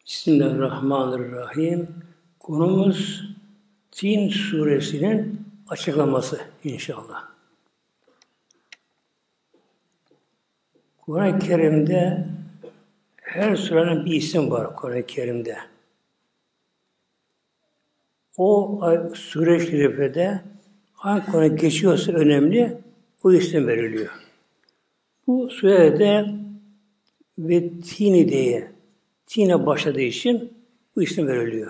Bismillahirrahmanirrahim. Konumuz Tin suresinin açıklaması inşallah. Kur'an-ı Kerim'de her surenin bir isim var Kur'an-ı Kerim'de. O sure-i şerifede hangi konu geçiyorsa önemli, o isim veriliyor. Bu surede ve Tini diye Tine başladığı için bu isim veriliyor.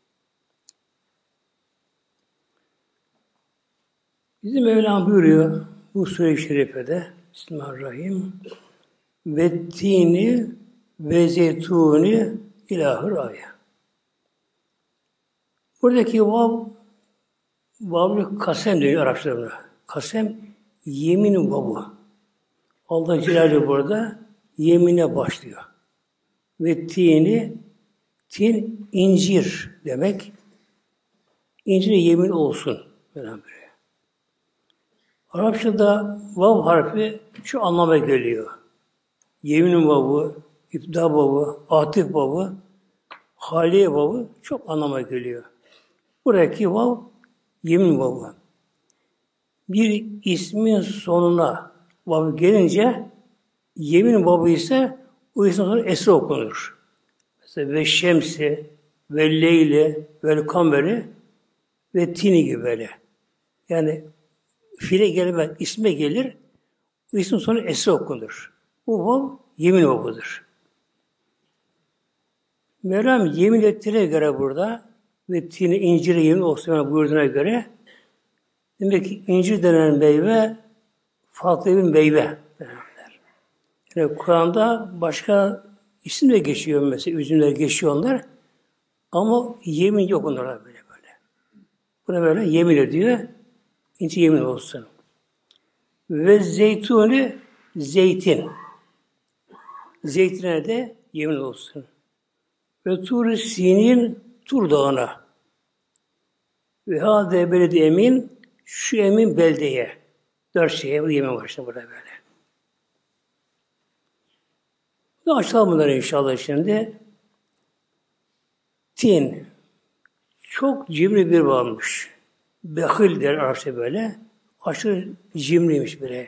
Bizim Mevlam buyuruyor bu sure-i şerifede Bismillahirrahmanirrahim ve tini ve zeytuni ilahır ayet. Buradaki vav'lı kasem diyor Arapçada. Kasem yemin vav'ı. Allah Celaluhu burada yemine başlıyor. Ve tin incir demek. İncire yemin olsun. Böyle. Arapçada vav harfi şu anlama geliyor. Yemin vav'ı, iptida vav'ı, atif vav'ı, haliye vav'ı çok anlama geliyor. Buradaki vav yemin vav'ı. Bir ismin sonuna vav gelince yemin vav'ı ise o ismin sonuna esre okunur. Mesela ve şemsi, ve leyli, ve kameri, ve tini gibi böyle. Yani fiile gelmez, isme gelir, bu ismin sonu esre okunur. Bu vav yemin vav'ıdır. Mevlam yemin ettiğine göre burada ve tini incire yemin olsun buyurduğuna göre demek ki incir denen meyve farklı bir meyve denirler. Yani Kur'an'da başka isim de geçiyor mesela üzümler geçiyor onlar ama yemin yok onlara böyle. Buna böyle yemin ediyor. İncir yemin olsun. Ve zeytuni zeytin. Zeytine de yemin olsun. Ve Tur-i Sinin Tur Dağı'na. Ve hâde beledi emin şu emin beldeye. 4 şeye bu yemin var işte burada böyle. Bunu açalım bunları inşallah şimdi. Tin. Çok cimri bir varmış. Behil der Arapça böyle. Aşırı cimriymiş böyle.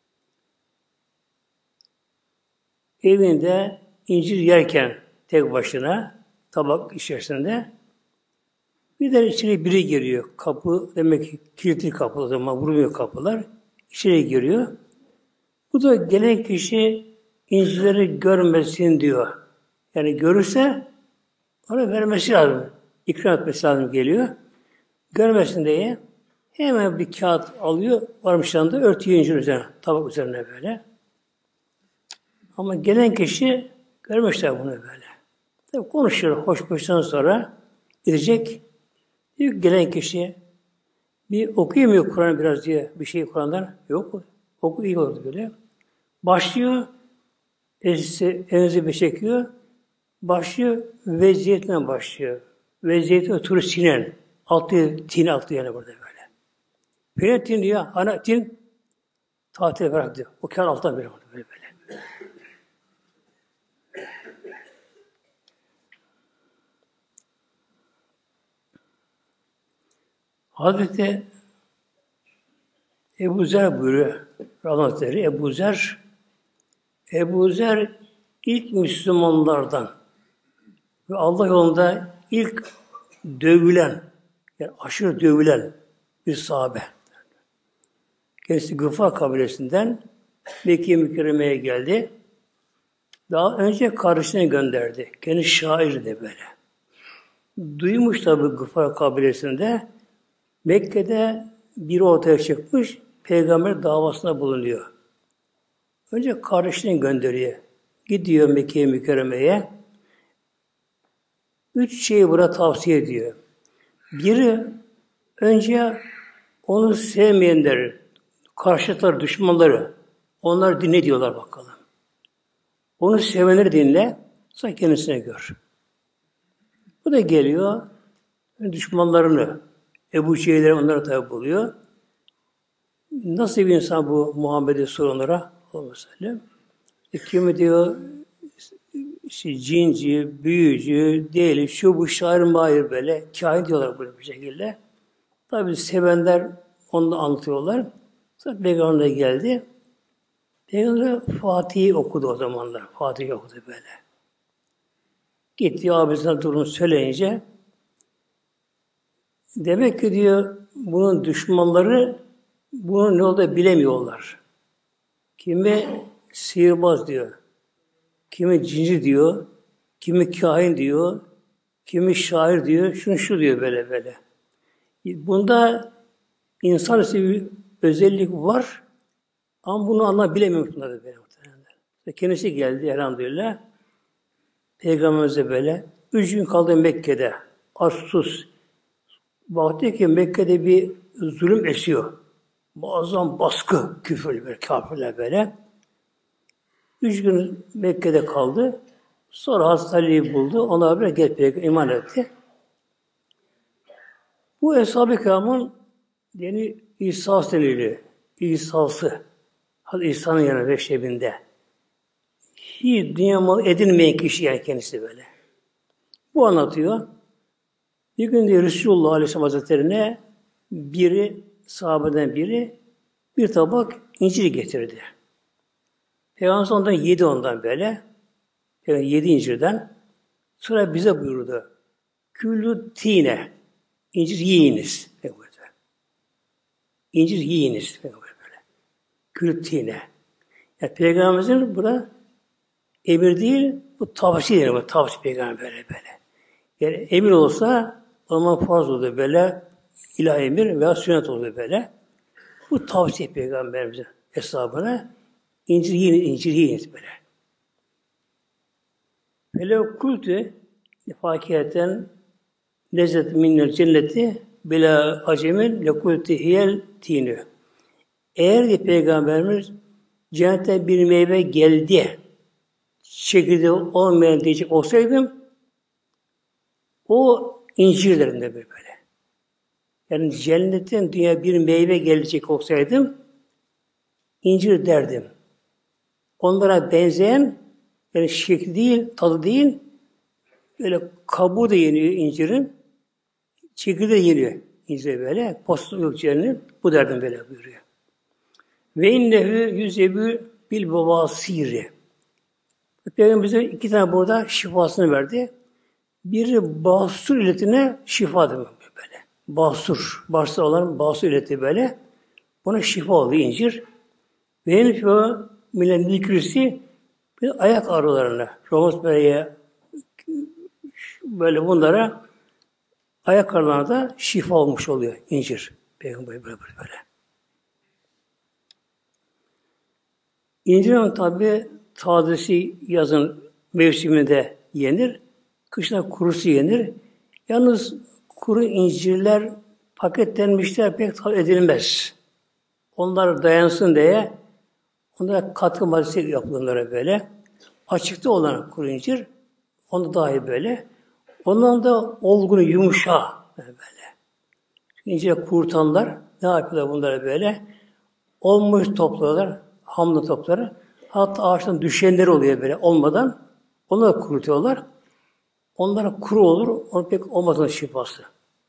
Evinde incir yerken tek başına tabak içerisinde bir de içeri biri giriyor. Kapı demek ki kilitli kapı o zaman vurmuyor kapılar. İçeri giriyor. Bu da gelen kişi incirleri görmesin diyor. Yani görürse ona vermesi lazım. İkram etmesi lazım geliyor. Görmesin diye hemen bir kağıt alıyor. Varmış yanında örtüyor incir üzerine. Tabak üzerine böyle. Ama gelen kişi görmüşler bunu böyle. Tabii konuşuyor. Hoşbeşten sonra gidecek. Diyor gelen kişi bir okuyamıyor Kur'an biraz diye bir şey Kur'an'dan. Yok. Oku iyi oldu böyle. Başlıyor. Elinizi bir çekiyor. Başlıyor. Vezziyetle başlıyor. Vezziyetle Tur-i Sinen. Tin altı yani burada böyle. Böyle tin diyor. Ana tin tahtaya bırak diyor. O kağıt alttan böyle. Hazreti Ebu Zer buyuruyor. Rahmetleri Ebu Zer ilk Müslümanlardan ve Allah yolunda ilk dövülen, yani aşırı dövülen bir sahabe. Kendisi Gıfar kabilesinden Mekke-i Mükerreme'ye geldi. Daha önce kardeşine gönderdi. Kendi şairdi böyle. Duymuş tabi Gıfar kabilesinde Mekke'de biri ortaya çıkmış, peygamber davasına bulunuyor. Önce kardeşini gönderiyor. Gidiyor Mekke-i Mükerreme'ye. 3 şeyi buna tavsiye ediyor. Biri, önce onu sevmeyenleri, karşıtları, düşmanları, onları dinle diyorlar bakalım. Onu sevenleri dinle, sonra kendisine gör. Bu da geliyor, düşmanlarını, Ebu Cehil'leri onlara tabi buluyor. Nasıl bir insan bu Muhammed'e sorunlara? Kimi diyor işte cinci, büyücü, deli, şu bu şair mahir böyle. Kahin diyorlar böyle bir şekilde. Tabi sevenler onu da anlatıyorlar. Sonra Peygamber geldi. Peygamber Fatih'i okudu o zamanlar. Fatih'i okudu böyle. Gitti abisine durumu söyleyince demek ki diyor bunun düşmanları bunun ne olduğunu bilemiyorlar. Kimi sihirbaz diyor. Kimi cinci diyor. Kimi kahin diyor. Kimi şair diyor. Şunu şu diyor böyle böyle. Bunda insanüstü bir özellik var ama bunu anlayabilemiyor bunları böyle. Kendisi geldi elhamdülillah. Peygamberimize böyle 3 gün kaldı Mekke'de. Aç sus. Baktı ki Mekke'de bir zulüm esiyor. Muazzam baskı, küfür böyle, kafirler böyle. 3 gün Mekke'de kaldı. Sonra hastalığı buldu. Ona böyle gelip iman etti. Bu Eshab-ı Kiram'ın yani İsa'sı deniliyor. İsa'sı. Hazreti İsa'nın yanı Beşşebinde. Hiç dünya malı edinmeyen kişi yani kendisi böyle. Bu anlatıyor. Bir gün diyor Resulullah Aleyhisselam Hazretleri'ne biri, sahabeden biri bir tabak incir getirdi. Peygamber ondan yedi ondan böyle. Yani yedi incirden. Sonra bize buyurdu. Küllü tine. İncir yiyiniz. İncir yiyiniz. Böyle. Küllü tine. Yani Peygamberimizin burada emir değil, bu tavsiye denir. Bu tavsiye Peygamber böyle. Yani emir olsa o zaman farz oldu böyle. İlahi emir veya sünnet oldu böyle. Bu tavsiye Peygamberimizin hesabına incir yiyiniz böyle. Velev kultu fakiyeten lezzet minel cenneti bila acemin lekulti hiyel tinü. Eğer ki Peygamberimiz cennete bir meyve geldi, çekirdeği olmayan diyecek olsaydım, o incirlerinde böyle. Yani cennetten dünya bir meyve gelecek olsaydım, incir derdim. Onlara benzeyen, yani şekli değil, tadı değil, böyle kabuğu da yeniyor incirin, çekirdeği yeniyor incir böyle, postu yok cennet, bu derdim böyle buyuruyor. Ve innehu yüzebü bil babasiri. Peygamber bize 2 tane burada şifasını verdi. Biri basur illetine şifa demek böyle. Basur, bağırsak olan basur illeti böyle. Buna şifa oldu incir. Ve enfiyo milen nikürisi bir ayak ağrılarına. Romus böyle bunlara ayak ağrılarına da şifa olmuş oluyor incir. Peygamber böyle. İncirin tabi tazesi yazın mevsiminde yenir. Kışın kurusu yenir. Yalnız kuru incirler paketlenmişler pek tadı edilmez. Onlar dayansın diye onlara katkı maddesi yapılır böyle. Açıkta olan kuru incir onu dahi böyle. Ondan da olgunu yumuşa böyle. İncire kurutanlar ne yapıyorlar bunları böyle? Olmuş topluyorlar. Hamlı topları. Hatta ağaçtan düşenler oluyor böyle olmadan. Onları kurutuyorlar. Onlara kuru olur. Onun pek olmasın şifası.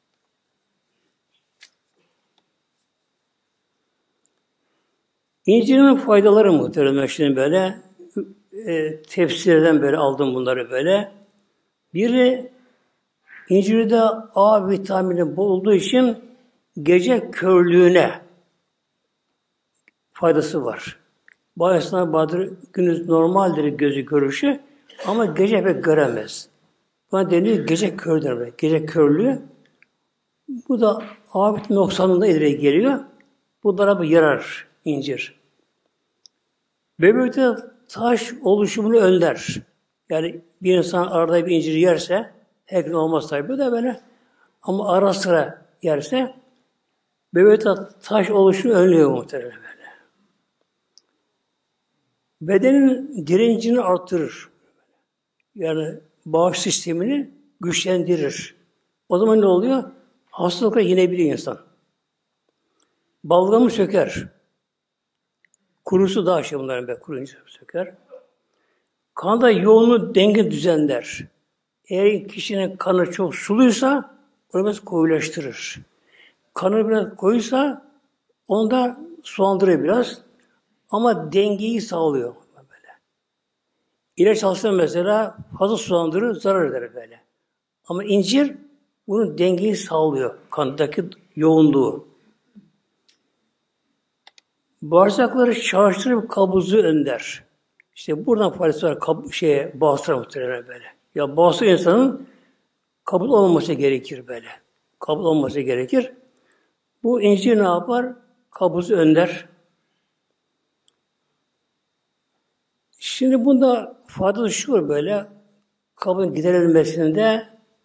İncirin faydaları muhtemelen şimdi böyle tefsirden böyle aldım bunları böyle. Biri incirde A vitamini bol olduğu için gece körlüğüne faydası var. Bazısına bazı gündüz normaldir gözü görüşü ama gece pek göremez. Buna deniyor gece kör demek. Gece körlüğü. Bu da A vitamini noksanında ileri geliyor. Bunlara bir yarar incir. Böbrekte taş oluşumunu önler. Yani bir insan arada bir incir yerse, her gün olmaz tabi de böyle, ama ara sıra yerse, böbrekte taş oluşumu önlüyor muhtemelen böyle. Bedenin direncini artırır. Yani bağış sistemini güçlendirir. O zaman ne oluyor? Hastalıkla yenebiliyor insan. Balgamı söker. Kurusu daha şey bunların be, kuruyunca söker. Kanda yoğunluğu denge düzenler. Eğer kişinin kanı çok suluysa onu biraz koyulaştırır. Kanı biraz koyuysa onu da sulandırıyor biraz. Ama dengeyi sağlıyor. Böyle. İlaç alsa mesela fazla sulandırır, zarar eder böyle. Ama incir bunun dengeyi sağlıyor. Kandaki yoğunluğu. Bağırsakları çalıştırıp kabuzu önder. İşte buradan faydası var bağırsağa muhtemelen böyle. Ya bağırsak insanın kabul olmaması gerekir böyle. Kabul olması gerekir. Bu incir ne yapar? Kabuzu önder. Şimdi bunda faydası şu var böyle. Kabın giderilmesinde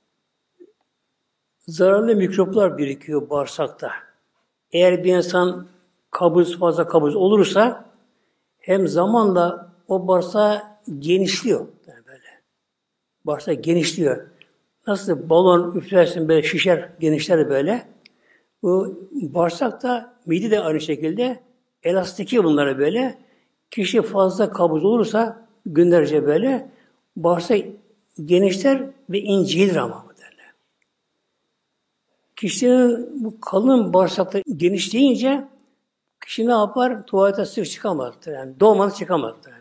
zararlı mikroplar birikiyor bağırsakta. Eğer bir insan fazla kabız olursa hem zamanla o bağırsağı genişliyor. Böyle. Bağırsak genişliyor. Nasıl balon üflersin böyle şişer, genişler böyle. Bu bağırsak da, mide de aynı şekilde elastiki bunlara böyle. Kişi fazla kabız olursa günlerce böyle bağırsak genişler ve incelir ama. Kişinin bu kalın bağırsakları genişleyince kişi ne yapar? Tuvalete sık çıkamaz. Yani doğmadan çıkamaz böyle.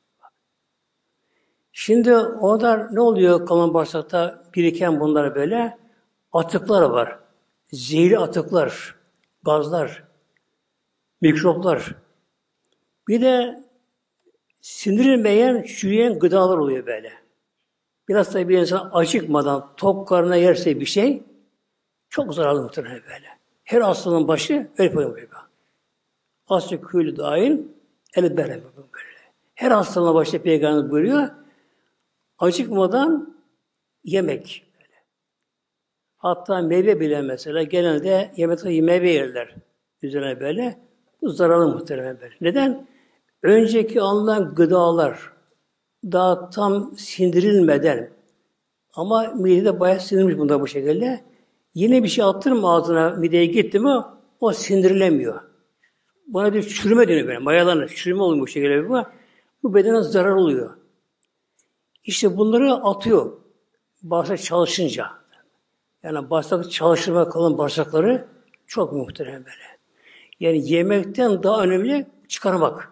Şimdi orada ne oluyor kalın bağırsakta biriken bunlar böyle? Atıklar var. Zehirli atıklar, gazlar, mikroplar. Bir de sindirilmeyen, çürüyen gıdalar oluyor böyle. Biraz da bir insan acıkmadan tok karnına yerse bir şey çok zararlı muhtemelen böyle. Her hastalığın başı öyle böyle. Aslı külü dahil elbette böyle. Her hastalığın başı Peygamber buyuruyor. Acıkmadan yemek. Böyle. Hatta meyve bile mesela genelde yemekte meyve yerler. Üzerine böyle. Bu zararlı muhtemelen böyle. Neden? Önceki alınan gıdalar daha tam sindirilmeden ama midede bayağı sindirilmiş bunda bu şekilde. Yine bir şey attın mı ağzına, mideye gitti mi o sindirilemiyor. Buna bir çürüme deniyor böyle. Mayalanır. Çürüme oluyor bu şekilde. Bu bedene zarar oluyor. İşte bunları atıyor. Bağırsak çalışınca. Yani bağırsak çalıştırma kalan bağırsakları çok muhterem böyle. Yani yemekten daha önemli çıkarmak.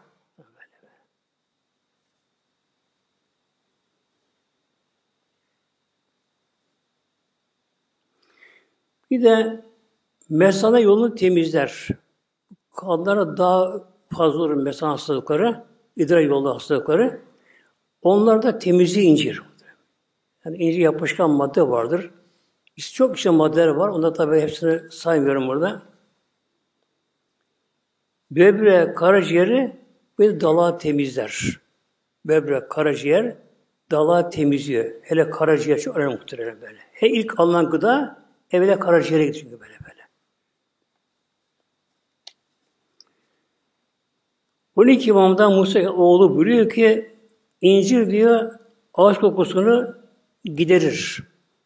Bir de mesane yolunu temizler. Kadınlara daha fazla olur mesane hastalıkları, idrar yolu hastalıkları. Onlarda temizliği incir. Yani incir yapışkan madde vardır. İşte çok işte maddeler var. Onda tabii hepsini saymıyorum burada. Böbreği, karaciğeri ve dalağı temizler. Böbrek, karaciğer, dalağı temizliyor. Hele karaciğer çok önemli muhtemelen böyle. İlk alınan gıda evvela karaciğere gidiyor çünkü böyle. 12 İmam'dan Musa oğlu buyuruyor ki incir diyor ağaç kokusunu giderir.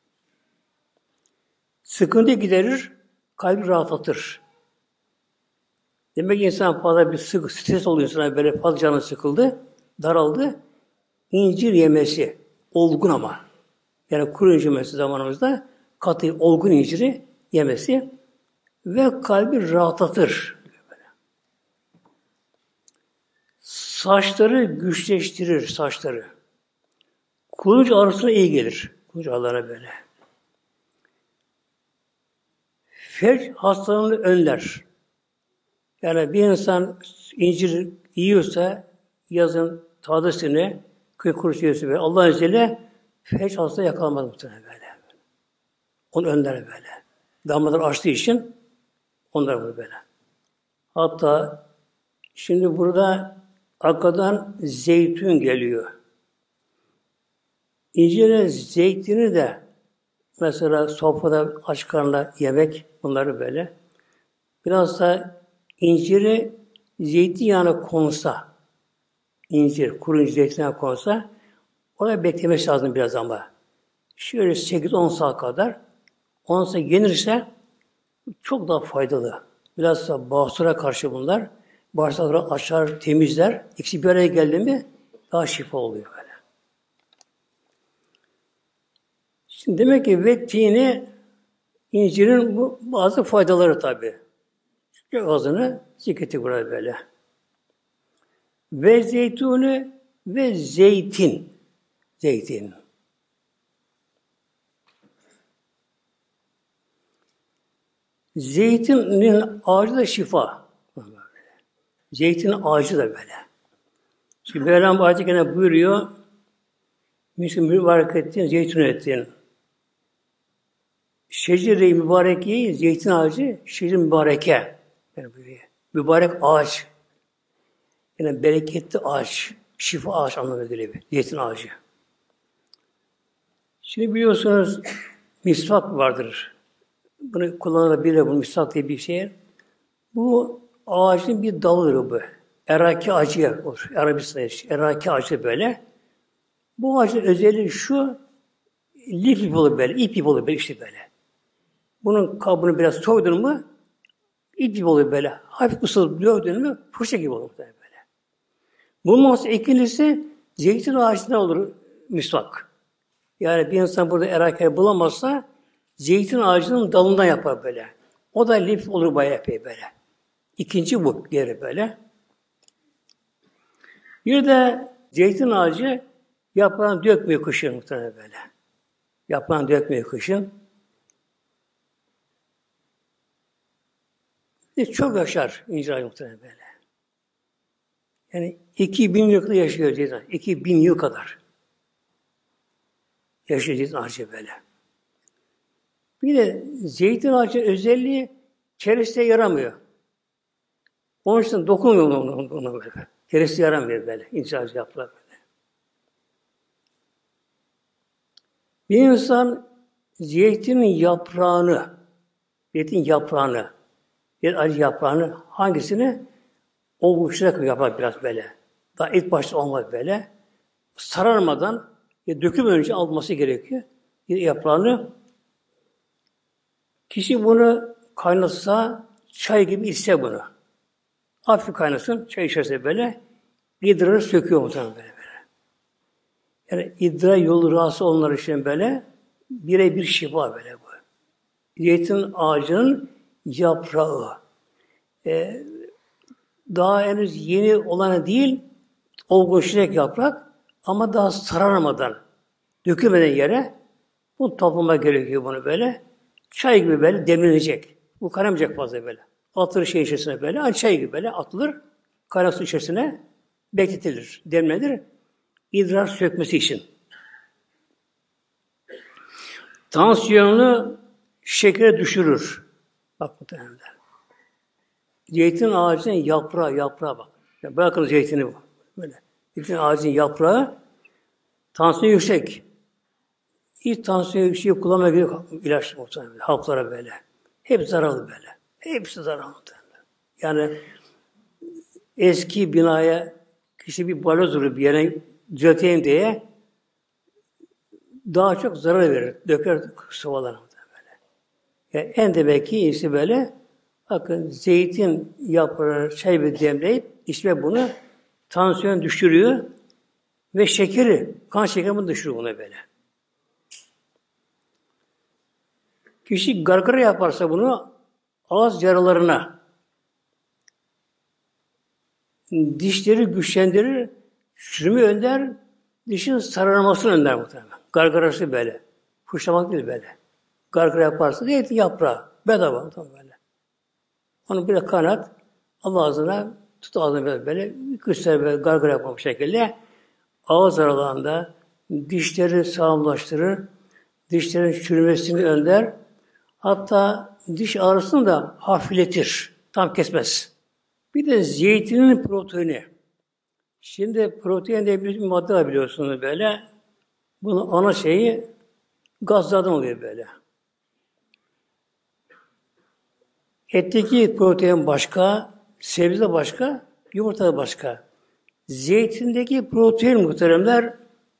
Sıkıntı giderir, kalbi rahatlatır. Demek ki insan fazla bir stres oluyor insana böyle fazla canı sıkıldı, daraldı. İncir yemesi olgun ama. Yani kuru incir yemesi zamanımızda katı olgun inciri yemesi ve kalbi rahatlatır. Saçları güçleştirir saçları. Kulunç ağrısına iyi gelir. Kulunç ağrılarına böyle. Felç hastalığını önler. Yani bir insan incir yiyorsa yazın tadesini kuruş yiyorsa böyle Allah'ın izniyle felç hastalığı yakalamaz muhtemelen böyle. Onu önler böyle. Damlalar açtığı için onlar bunu böyle. Hatta şimdi burada arkadan zeytun geliyor. İncir'in zeytini de mesela sofrada aç karnına yemek bunları böyle. Biraz da inciri zeytinyağına konsa, incir, kuru incir zeytinyağına konsa orada beklemesi lazım biraz ama. Şöyle 8-10 saat kadar 10 saat yenirse çok daha faydalı. Biraz da basura karşı bunlar. Bağırsakları açar, temizler. İkisi bir araya geldi mi daha şifa oluyor böyle. Şimdi demek ki ve tini incirin bu bazı faydaları tabi. Çünkü ağzını zikretti burada böyle. Ve zeytunu ve zeytin. Zeytin. Zeytinin ağacı da şifa. Zeytin ağacı da böyle. Çünkü Mevlam ayet-i kerime buyuruyor, mübarek ettin, zeytin ettin. Şecere-i mübarekeyi, zeytin ağacı, şecere-i mübareke. Yani buyuruyor. Mübarek ağaç. Yani bereketli ağaç, şifa ağaç anlamına geliyor. Zeytin ağacı. Şimdi biliyorsunuz, misvak vardır. Bunu kullanılabilir, bu misvak diye bir şey. Bu ağacın bir dalıdır bu. Eraki ağacı olur. Arabistan eraki ağacı böyle. Bu ağacın özelliği şu, lif ip olur böyle, ip olur böyle işte böyle. Bunun kabuğunu biraz soydun mu, ip olur böyle. Hafif ısılıp dövdün mü, fırça gibi olur böyle. Bunun ikincisi, zeytin ağacında olur misvak. Yani bir insan burada eraki bulamazsa, zeytin ağacının dalından yapar böyle. O da lif olur bayağı epey böyle. İkinci bu, diğeri böyle. Bir de zeytin ağacı yaprağını dökmüyor kışın muhtemelen böyle. Yaprağını dökmüyor kışın. Çok yaşar incir ağacı muhtemelen böyle. Yani 2000 yıl kadar yaşıyor zeytin ağacı. 2000 yıl kadar. Yaşıyor zeytin ağacı böyle. Bir de zeytin ağacı özelliği keresteye yaramıyor. Onun için dokunmuyor ona böyle. Keresteye yaramıyor böyle. İncir ağacı yaprağı böyle. Bir insan zeytinin yaprağını, acı yaprağını hangisini? Olgunlaşarak yapar biraz böyle. Daha ilk başta olmaz böyle. Sararmadan, dökülmeden önce alması gerekiyor. Yaprağını. Kişi bunu kaynatsa, çay gibi içse bunu. Hafif kaynasın, çay içerse böyle, idrarı söküyor muhtemelen böyle. Yani idrar yolu rahatsız olanlar için böyle, birebir şifa böyle bu. Zeytin ağacının yaprağı. Daha henüz yeni olanı değil, olgunlaşacak yaprak ama daha sararmadan, dökülmeden yere bu topluma gerekiyor bunu böyle. Çay gibi böyle demlenecek. Bu kaynamayacak fazla böyle. Atılır şey içerisine böyle, çay gibi böyle atılır, kaynak su içerisine bekletilir, demlenir. İdrar sökmesi için. Tansiyonu şekere düşürür. Bak muhtemelen. Zeytin ağacının yaprağı bak. Yani bırakın zeytini bu. Böyle. Zeytin ağacının yaprağı tansiyon yüksek. Hiç tansiyon yüksek kullanmaya gerek yok. İlaç muhtemelen. Haplara böyle. Hep zararlı böyle. Hepsi zararlı muhtemelen. Yani eski binaya kişi bir baloz vurup bir yere düzelteyim diye daha çok zarar verir. Döker sıvalarına böyle. Yani en de belki iyisi böyle bakın zeytin yaprağı çay bir demleyip içme bunu tansiyon düşürüyor ve şekeri, kan şekerini düşürüyor buna böyle. Kişi gargara yaparsa bunu ağız yaralarına dişleri güçlendirir, çürüme önder, dişin sararmasını önder muhtemelen. Gargarası böyle. Fışlamak değil böyle. Gargara yaparsa zeytin yaprağı. Bedava. Böyle. Onu bir kanat, Allah ağzına, tut ağzına böyle, kışlar böyle gargara yapmak şekilde ağız aralarında dişleri sağlamlaştırır, dişlerin çürümesini önder, hatta diş ağrısını da hafifletir. Tam kesmez. Bir de zeytinin proteini. Şimdi protein diye bir madde var biliyorsunuz böyle. Bunun ana şeyi gazlardan oluyor böyle. Etteki protein başka, sebze başka, yumurta başka. Zeytindeki protein muhteremler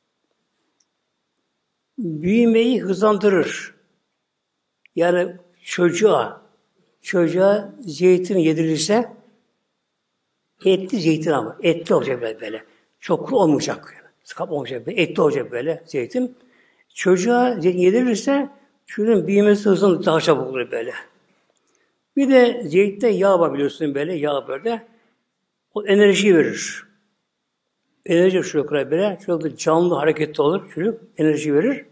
büyümeyi hızlandırır. Yani çocuğa zeytin yedirilirse etli zeytin ama etli olacak böyle. Çok kuru olmayacak. Sıkap olmayacak böyle. Etli olacak böyle zeytin. Çocuğa yedirirse çocuğun büyümesi hızlı daha çabuk olur böyle. Bir de zeytte yağ var biliyorsun böyle, yağ böyle. O enerji verir. Enerji çocuklara böyle. Çocuk da canlı hareketli olur çocuk. Enerji verir.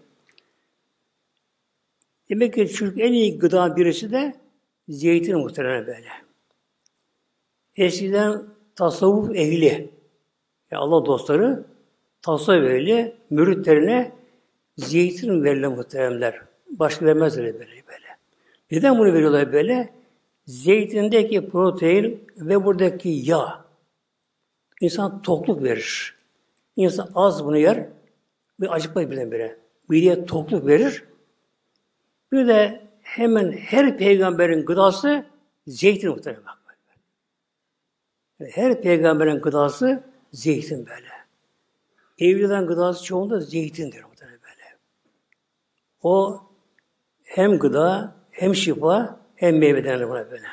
Demek ki çocuk en iyi gıda birisi de zeytin muhtemelen böyle. Eskiden tasavvuf ehli, ya Allah dostları tasavvuf ehli müritlerine zeytin verilen muhteremler. Başka vermezler böyle. Neden bunu veriyorlar böyle? Zeytindeki protein ve buradaki yağ insan tokluk verir. İnsan az bunu yer ve acıkmayı birdenbire. Mideye tokluk verir. Bir de hemen her peygamberin gıdası zeytin muhtemelen. Her peygamberin gıdası zeytin böyle. Evlilerin gıdası çoğunda zeytindir muhtemelen böyle. O hem gıda, hem şifa, hem meyve denir buna böyle.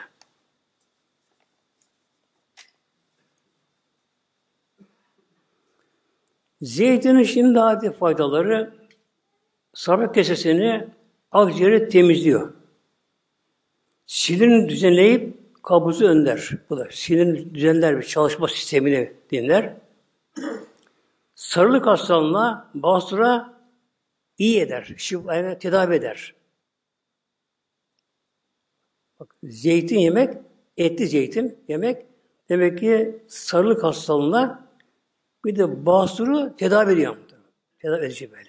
Zeytinin şimdi daha bir faydaları, sarı kesesini, akciğeri temizliyor. Sinirini düzenleyip kabuzu önler. Bu da sinirini düzenler bir çalışma sistemini dinler. Sarılık hastalığına, basura iyi eder. Yani tedavi eder. Bak, zeytin yemek, etli zeytin yemek demek ki sarılık hastalığına bir de basuru tedavi ediyor. Tedavi edici böyle.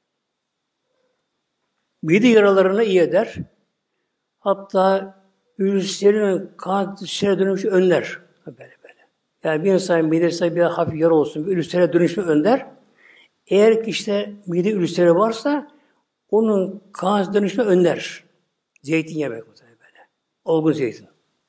Mide yaralarını iyi eder. Hatta ülserin kan ülsere dönüşü önler. Böyle. Yani bir insan midesinde bir hafif yara olsun, bir ülsere dönüşü önler. Eğer ki işte mide ülseri varsa onun kan dönüşünü önler. Zeytin yemek böyle. Olgun zeytin.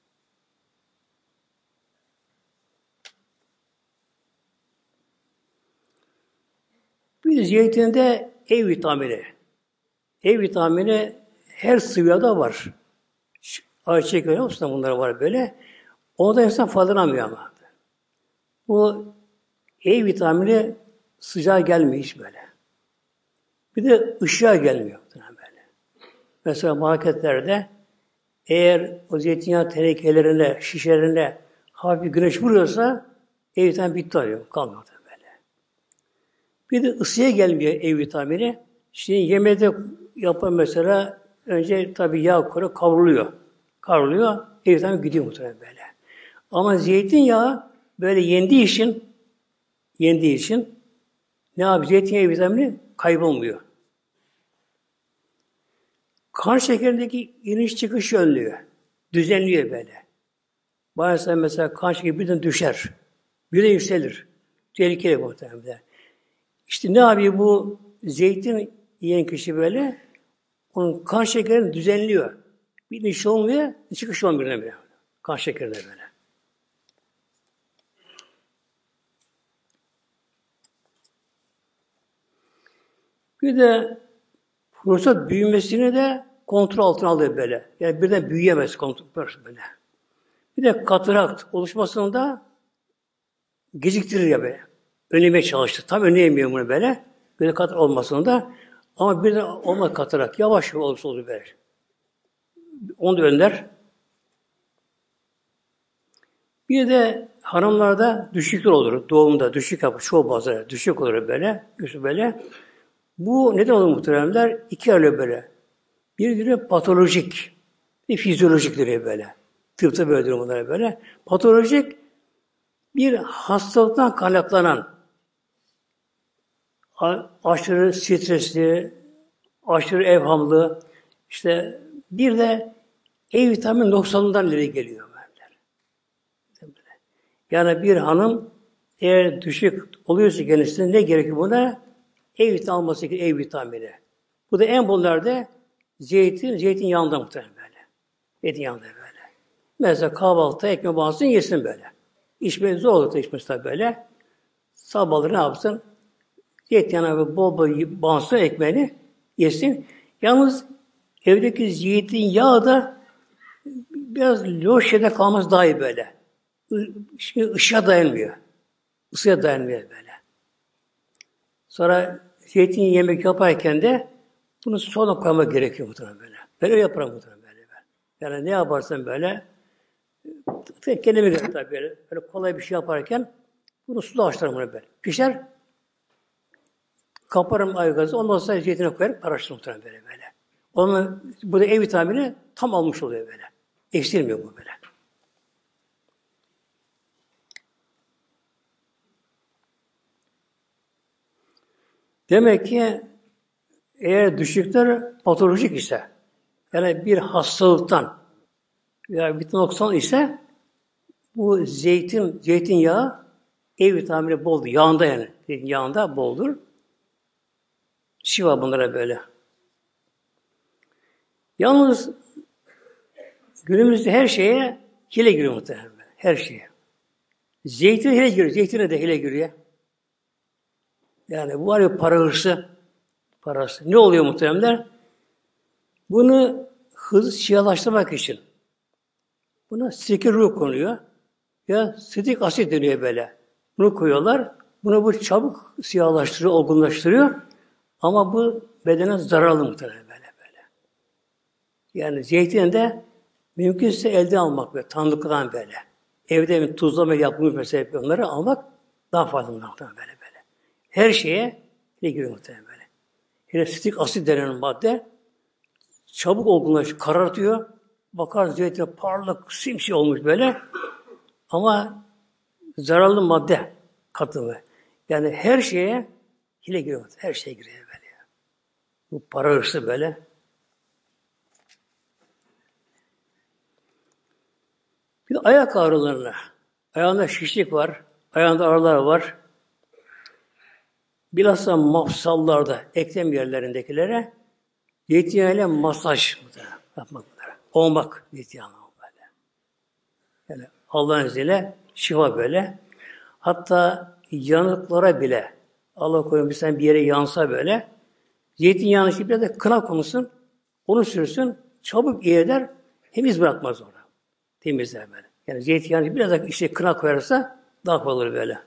Bir de zeytinde E vitamini. E vitamini her sıvıda var. Ayçiçek yağı olsun bunlar var böyle. Onu da insan faydalanamıyor ama. Bu E vitamini sıcağa gelmiyor hiç böyle. Bir de ışığa gelmiyor böyle. Mesela marketlerde eğer o zeytinyağı tenekelerine, şişelerine hafif güneş vuruyorsa E vitamini bitti arıyor. Kalmadı böyle. Bir de ısıya gelmiyor E vitamini. Şimdi yemede yapan mesela önce tabii yağ koyuyor, kavruluyor. Kavruluyor, E vitamini gidiyor muhtemelen böyle. Ama zeytinyağı böyle yendiği için ne yapıyor? Zeytinyağı vitamini kaybolmuyor. Kan şekerindeki iniş çıkış önlüyor. Düzenliyor böyle. Bazen mesela kan şekeri birden düşer. Birden yükselir. Tehlikeli muhtemelen. İşte ne yapıyor bu zeytin yiyen kişi böyle? Onun kan şekerini düzenliyor. Bir iniş olmuyor, çıkış olmuyor birden bire. Kan şekerinde böyle. Bir de prostat büyümesini de kontrol altına alıyor böyle. Yani birden büyüyemez kontrol böyle. Bir de katarakt oluşmasını da geciktirir ya böyle. Önlemeye çalıştı. Tam önleyemiyor bunu böyle. Böyle katarak olmasını da ama birden olmaz katarakt. Yavaş olursa olur böyle. Onu da önler. Bir de hanımlarda düşükler olur. Doğumda düşük yapar. Çoğu bazıları düşük olur böyle. Böyle. Bu neden olur muhteremler? İki ayrı böyle. Biri patolojik, bir fizyolojikleri böyle. Tıpta böyle durumlar böyle. Patolojik bir hastalıktan kaynaklanan aşırı stresli, aşırı evhamlı, işte bir de E vitamini noksanlığından ileri geliyor. Yani bir hanım eğer düşük oluyorsa kendisine ne gerekir buna? E vitamini alması gerekir, E vitamini. Bu da en bunlarda zeytinyağında muhtemelen böyle. Zeytinyağında böyle. Mesela kahvaltıda ekmek bağlasın yesin böyle. İçmeyi zor olur içmesi tabii böyle. Sabahları ne yapsın? Zeytinyağına bol bol bağlasın ekmeğini yesin. Yalnız evdeki zeytinyağı da biraz loş yerde kalması daha iyi böyle. Şimdi ışığa dayanmıyor. Isıya dayanmıyor böyle. Sonra zeytin yemek yaparken de bunu sona koymak gerekiyor muhtemelen böyle. Ben öyle yaparım muhtemelen böyle. Yani ne yaparsam böyle, tek kendime göre tabii böyle kolay bir şey yaparken bunu suda haşlarım bunu böyle. Pişer, kaparım aygazı, ondan sonra zeytine koyarım, karıştırırım muhtemelen böyle. Onu, burada E vitamini tam almış oluyor böyle. Eksilmiyor bu böyle. Demek ki eğer düşükler patolojik ise, yani bir hastalıktan veya bir noksan ise bu zeytinyağı E vitamini boldur. Yağında yani. Yağında boldur. Şifa bunlara böyle. Yalnız günümüzde her şeye hile giriyor muhtemelen. Her şeye. Zeytin hile giriyor. Zeytine de hile giriyor. Yani bu var ya para hırsı. Parası. Ne oluyor muhtemelen? Bunu hızlı siyahlaştırmak için. Buna sirke ruh konuyor. Ya sitik asit deniyor böyle. Bunu koyuyorlar. Bunu bu çabuk siyahlaştırıyor, olgunlaştırıyor. Ama bu bedene zararlı muhtemelen böyle. Yani zeytini de mümkünse elde almak böyle, tanıdıktan böyle. Evde bir tuzlama yapılmış mesela onları almak daha fazla muhtemelen böyle. Her şeye ne giriyor muhtemelen böyle. Yine sitik asit denen madde çabuk olgunlaşıyor, karartıyor. Bakar zeytine parlak, simsiyah olmuş böyle. Ama zararlı madde katımı. Yani her şeye hile giriyor. Her şeye giriyor böyle. Bu para hırsı böyle. Bir de ayak ağrılarına. Ayağında şişlik var. Ayağında ağrılar var. Bilhassa mafsallarda, eklem yerlerindekilere zeytinyağıyla masaj yapmak bunlara. Olmak zeytinyağıyla böyle. Yani Allah'ın izniyle şifa böyle. Hatta yanıklara bile Allah koyun bir yere yansa böyle zeytinyağını işte bir de kına konulsun, onu sürsün, çabuk iyi eder, hem iz bırakmaz orada. Temizler böyle. Yani zeytinyağını biraz da işte kına koyarsa daha kolay olur böyle.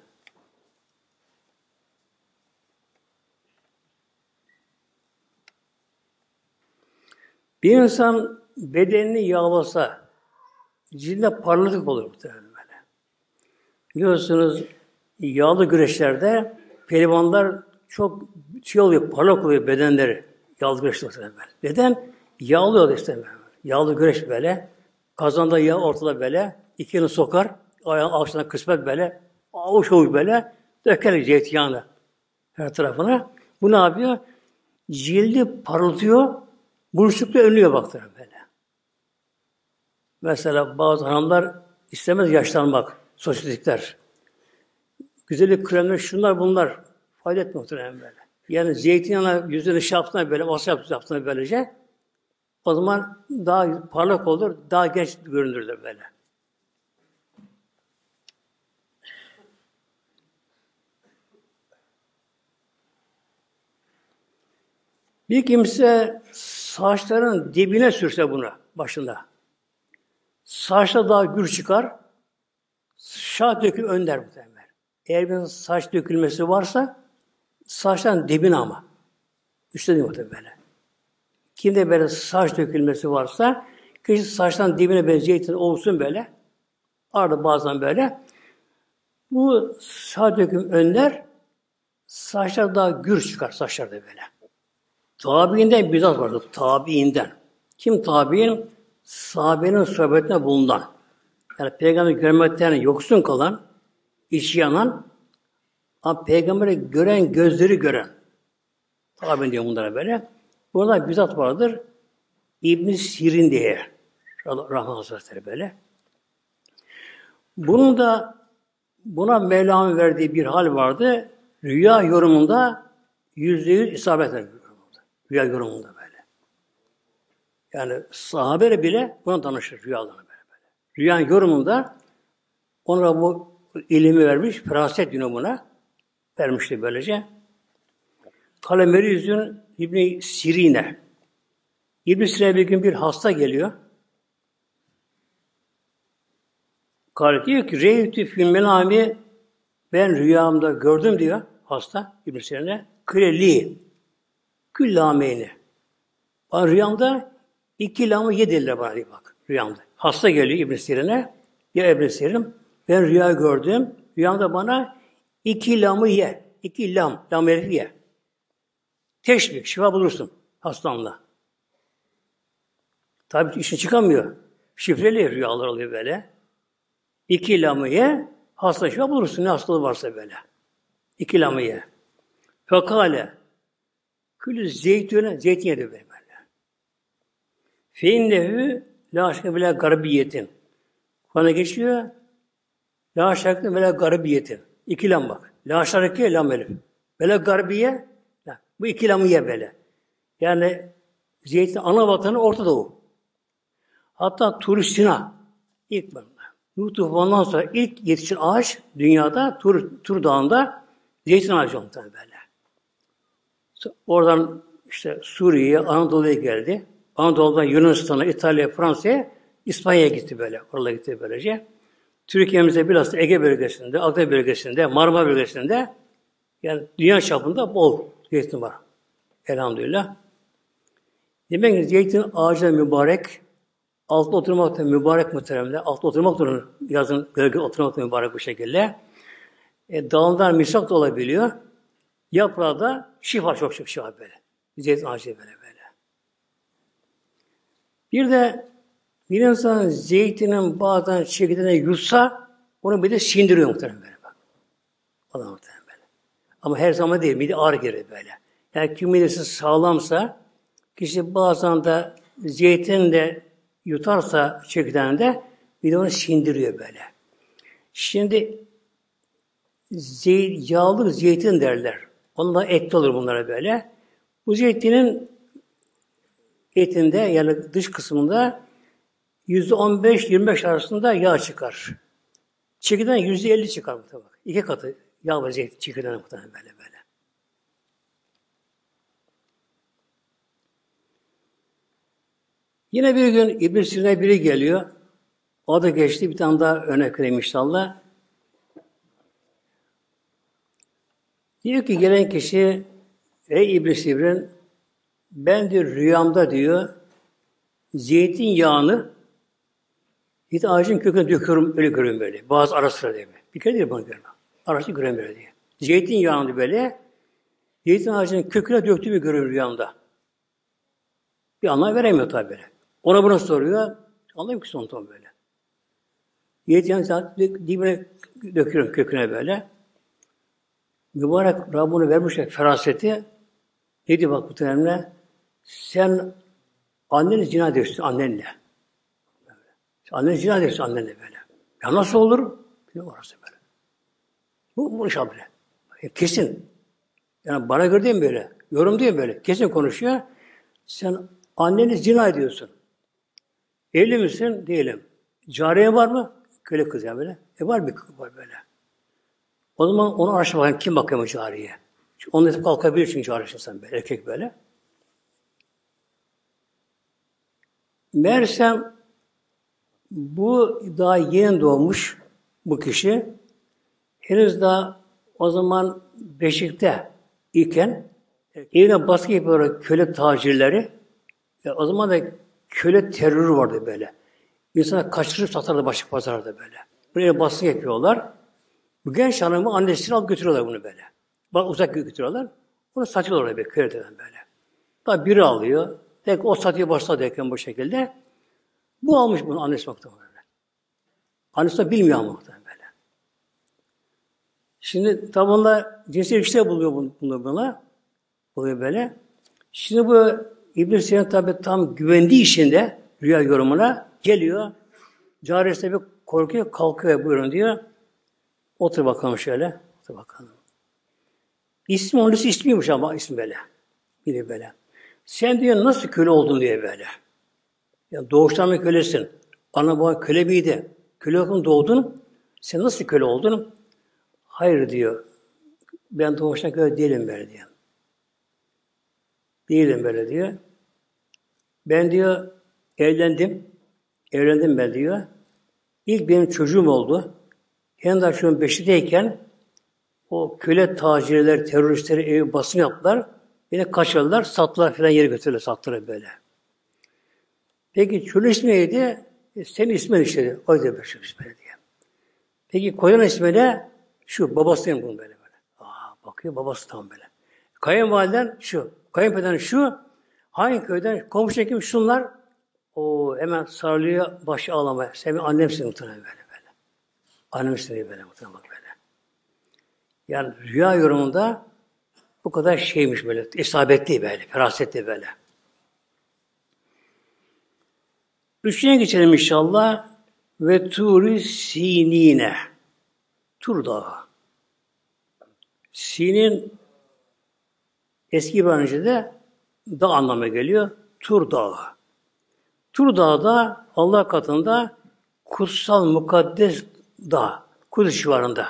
Bir insan bedenini yağlasa cildine parlaklık olur muhtemelen böyle. Biliyorsunuz yağlı güreşlerde pehlivanlar çok şey oluyor, parlak oluyor bedenleri. Yağlı güreşte muhtemelen böyle. Neden? Yağlı oluyor işte böyle. Yağlı güreş böyle. Kazanda yağ ortada böyle. İkini sokar. Ayağın altına kısmet böyle. Avuç avuç böyle. Döker zeytinyağını her tarafına. Bu ne yapıyor? Cildi parıltıyor. Buruşukluğu önlüyor baktığına böyle. Mesela bazı hanımlar istemez yaşlanmak. Sosyetikler. Güzellik kremler, şunlar bunlar. Fayda etmiyor muhtemelen böyle. Yani zeytinyağına yüzünü şey yapsınlar böyle, masaj yapsınlar böylece. O zaman daha parlak olur, daha genç görünürler böyle. Bir kimse saçların dibine sürse bunu başında. Saçta daha gür çıkar, şah döküm önler muhtemelen. Eğer bir saç dökülmesi varsa saçtan dibine ama. Üstte değil muhtemelen böyle. Kimde böyle saç dökülmesi varsa kişi saçtan dibine böyle zeytin olsun böyle. Arada bazen böyle. Bu saç döküm önler saçlar daha gür çıkar saçlarda böyle. Tabiinden bizzat vardır. Tabiinden. Kim tabiin? Sahabenin sohbetine bulunan. Yani Peygamber görmekten yoksun kalan, içi yanan, ama Peygamber'i gören, gözleri gören. Tabiin diyor bunlara böyle. Burada bizzat vardır. İbn Sirin diye. Rahman Hazretleri böyle. Bunun da buna Mevlam'ın verdiği bir hal vardı. Rüya yorumunda %100 isabet ediyor. Rüya yorumunda böyle. Yani sahabe bile buna danışır rüyalarına böyle. Rüyanın yorumunda ona bu ilmi vermiş, feraset günü buna vermişti böylece. Kalemeri yüzün İbn Sirin'e. İbn Sirin'e bir gün bir hasta geliyor. Kale diyor ki Reytü fil menami ben rüyamda gördüm diyor hasta İbn Sirin'e. Kıreli. Kül lameyni. Bana rüyamda 2 lamı ye dediler bana diye bak. Rüyamda. Hasta geliyor İbn Sirin'e. Ya İbn Sirin, ben rüya gördüm. Rüyamda bana 2 lamı ye. 2 lam. Lam herifi ye. Teşvik. Şifa bulursun hastanla. Tabii işin çıkamıyor. Şifreli rüyalar oluyor böyle. 2 lamı ye. Hasta şifa bulursun. Ne hastalığı varsa böyle. 2 lamı ye. Fekale. Külü zeytüne. Zeytin yedi böyle. Feinnehu la şekle bile garibiyetin. Bana geçiyor. La şekle bile garibiyetin. 2 lam bak. La şereke lam elif. Bele garibiye. Bu 2 lamı ye böyle. Yani zeytin ana vatanı Orta Doğu. Hatta Tur-Sina ilk bölümde. Nuh tufanından sonra ilk yetişen ağaç dünyada Tur Dağı'nda zeytin ağacı oldu böyle. Oradan işte Suriye'ye, Anadolu'ya geldi. Anadolu'dan Yunanistan'a, İtalya'ya, Fransa'ya, İspanya'ya gitti böyle. Oralara gitti böylece. Türkiye'mizde biraz da Ege bölgesinde, Akdeniz bölgesinde, Marmara bölgesinde yani dünya çapında bol zeytin var. Elhamdülillah. Demek ki zeytin ağacı mübarek, altta oturmak da mübarek muhteremler. Altta oturmak da yazın gölge oturmak da mübarek bu şekilde. Dalından misak da olabiliyor. Yaprağı da şifa çok şifa böyle. Zeytin ağacı böyle. Bir de bir insan zeytinin bazen çekirdeğine yutsa onu bir de sindiriyor muhtemelen böyle. Bak. O da muhtemelen böyle. Ama her zaman değil. Mide ağır gelir böyle. Yani kim midesi sağlamsa kişi bazen de zeytin de yutarsa çekirdeğinde bir de onu sindiriyor böyle. Şimdi yağlı zeytin derler. Ondan etli olur bunlara böyle. Bu zeytinin etinde yani dış kısmında %15-25 arasında yağ çıkar. Çekirdeğin %50 çıkar muhtemelen. 2 katı yağ ve zeytin çekirdeğine muhtemelen böyle. Yine bir gün İbn Sina'ya biri geliyor. O da geçti. Bir tane daha örnek vereyim inşallah. Diyor ki gelen kişi ey İbn Sina, ben de rüyamda diyor zeytinyağını bir ağacın köküne döküyorum, öyle görüyorum böyle. Bazı ara sıra diye. Bir kere değil bana görmem. Arası görüyorum böyle diye. Zeytinyağını böyle zeytin ağacının köküne döktüğümü görüyorum rüyamda. Bir anlam veremiyor tabi böyle. Ona buna soruyor. Anlayayım ki son böyle. Zeytinyağını dibine döküyorum köküne böyle. Mübarek Rabbine vermiş feraseti. Ne diyor bak bu dönemde? Sen anneni zina ediyorsun annenle. Anneni zina ediyorsun annenle böyle. Ya nasıl olur? Bilmiyorum orası böyle. Bu iş böyle. Kesin. Yani bana göre değil mi böyle? Yorum değil mi böyle? Kesin konuşuyor. Sen anneni zina ediyorsun. Evli misin? Değilim. Cariye var mı? Köle kız ya böyle. Var bir kız var böyle. O zaman onu araştır bakayım. Kim bakıyor bu cariyeye? Çünkü onun kalkabilir çünkü araştırsan böyle. Erkek böyle. Meğersem bu daha yeni doğmuş bu kişi. Henüz daha o zaman Beşik'te iken evine baskı yapıyor köle tacirleri. O zaman da köle terörü vardı böyle. İnsanlar kaçırıp satardı başka pazarda böyle. Buraya baskı yapıyorlar. Bu genç hanımı annesini alıp götürüyorlar bunu böyle. Bak uzak götürüyorlar. Onu satıyorlar oraya böyle köleden böyle. Tabi biri alıyor. Tek o satıyor başladı derken bu şekilde. Bu almış bunu annesi muhtemelen böyle. Annesi de bilmiyor ama muhtemelen böyle. Şimdi tabi onlar cinsel ilişkiler buluyor bunu buna. Buluyor böyle. Şimdi bu İbn-i Sina tabi tam güvendiği işinde rüya yorumuna geliyor. Cariyesi bir korkuyor, kalkıyor buyurun diyor. Otur bakalım şöyle. Otur bakalım. İsmi onun ismiymiş ama ismi böyle. Biri böyle. Sen diyor nasıl köle oldun diye böyle. Yani doğuştan mı kölesin? Ana baba köle miydi? Köle olarak doğdun. Sen nasıl köle oldun? Hayır diyor. Ben doğuştan köle değilim böyle diyor. Değilim böyle diyor. Ben diyor evlendim. Evlendim ben diyor. İlk benim çocuğum oldu. Hem daha çocuğum 5'teyken O köle tacirler, teröristleri evi basın yaptılar. Yine kaçırdılar, sattılar filan yere götürdüler, sattılar böyle. Peki çocuğun ismi neydi? Senin ismin işte. O da bir şey ismi diye. Peki kocanın ismi ne? Şu, babasının bunu böyle böyle. Bakıyor babası tam böyle. Kayınvaliden şu, kayınpederen şu, hangi köyden, komşu kim şunlar? O hemen sarılıyor, başı ağlamaya. Sen benim annemsin muhtemelen böyle böyle. Annemsin diye böyle muhtemelen bak böyle. Yani rüya yorumunda bu kadar şeymiş böyle, isabetli böyle, ferasetli böyle. Üçüncüye geçelim inşallah. Ve Tur-i Sinine. Tur Dağı. Sinin eski İbranice'de dağ anlamına geliyor. Tur Dağı. Tur Dağı da Allah katında kutsal mukaddes dağ. Kudüs civarında.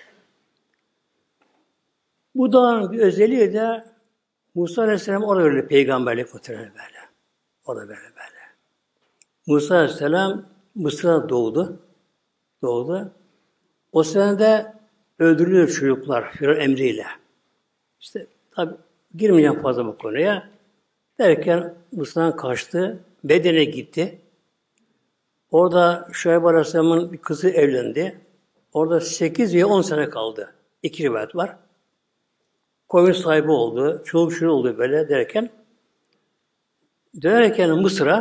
Bu dağın bir özelliği de Musa Aleyhisselam orada böyle peygamberlik muhtemelen böyle. Orada böyle böyle. Musa Aleyhisselam Mısır'da doğdu. Doğdu. O sene de öldürülüyor çocuklar Firavun emriyle. İşte tabi girmeyeceğim fazla bu konuya. Derken Mısır'dan kaçtı. Beden'e gitti. Orada Şuayb Aleyhisselam'ın bir kızı evlendi. Orada 8 ve 10 sene kaldı. 2 rivayet var. Koyun sahibi oldu. Çoluk çocuğu oldu böyle derken dönerken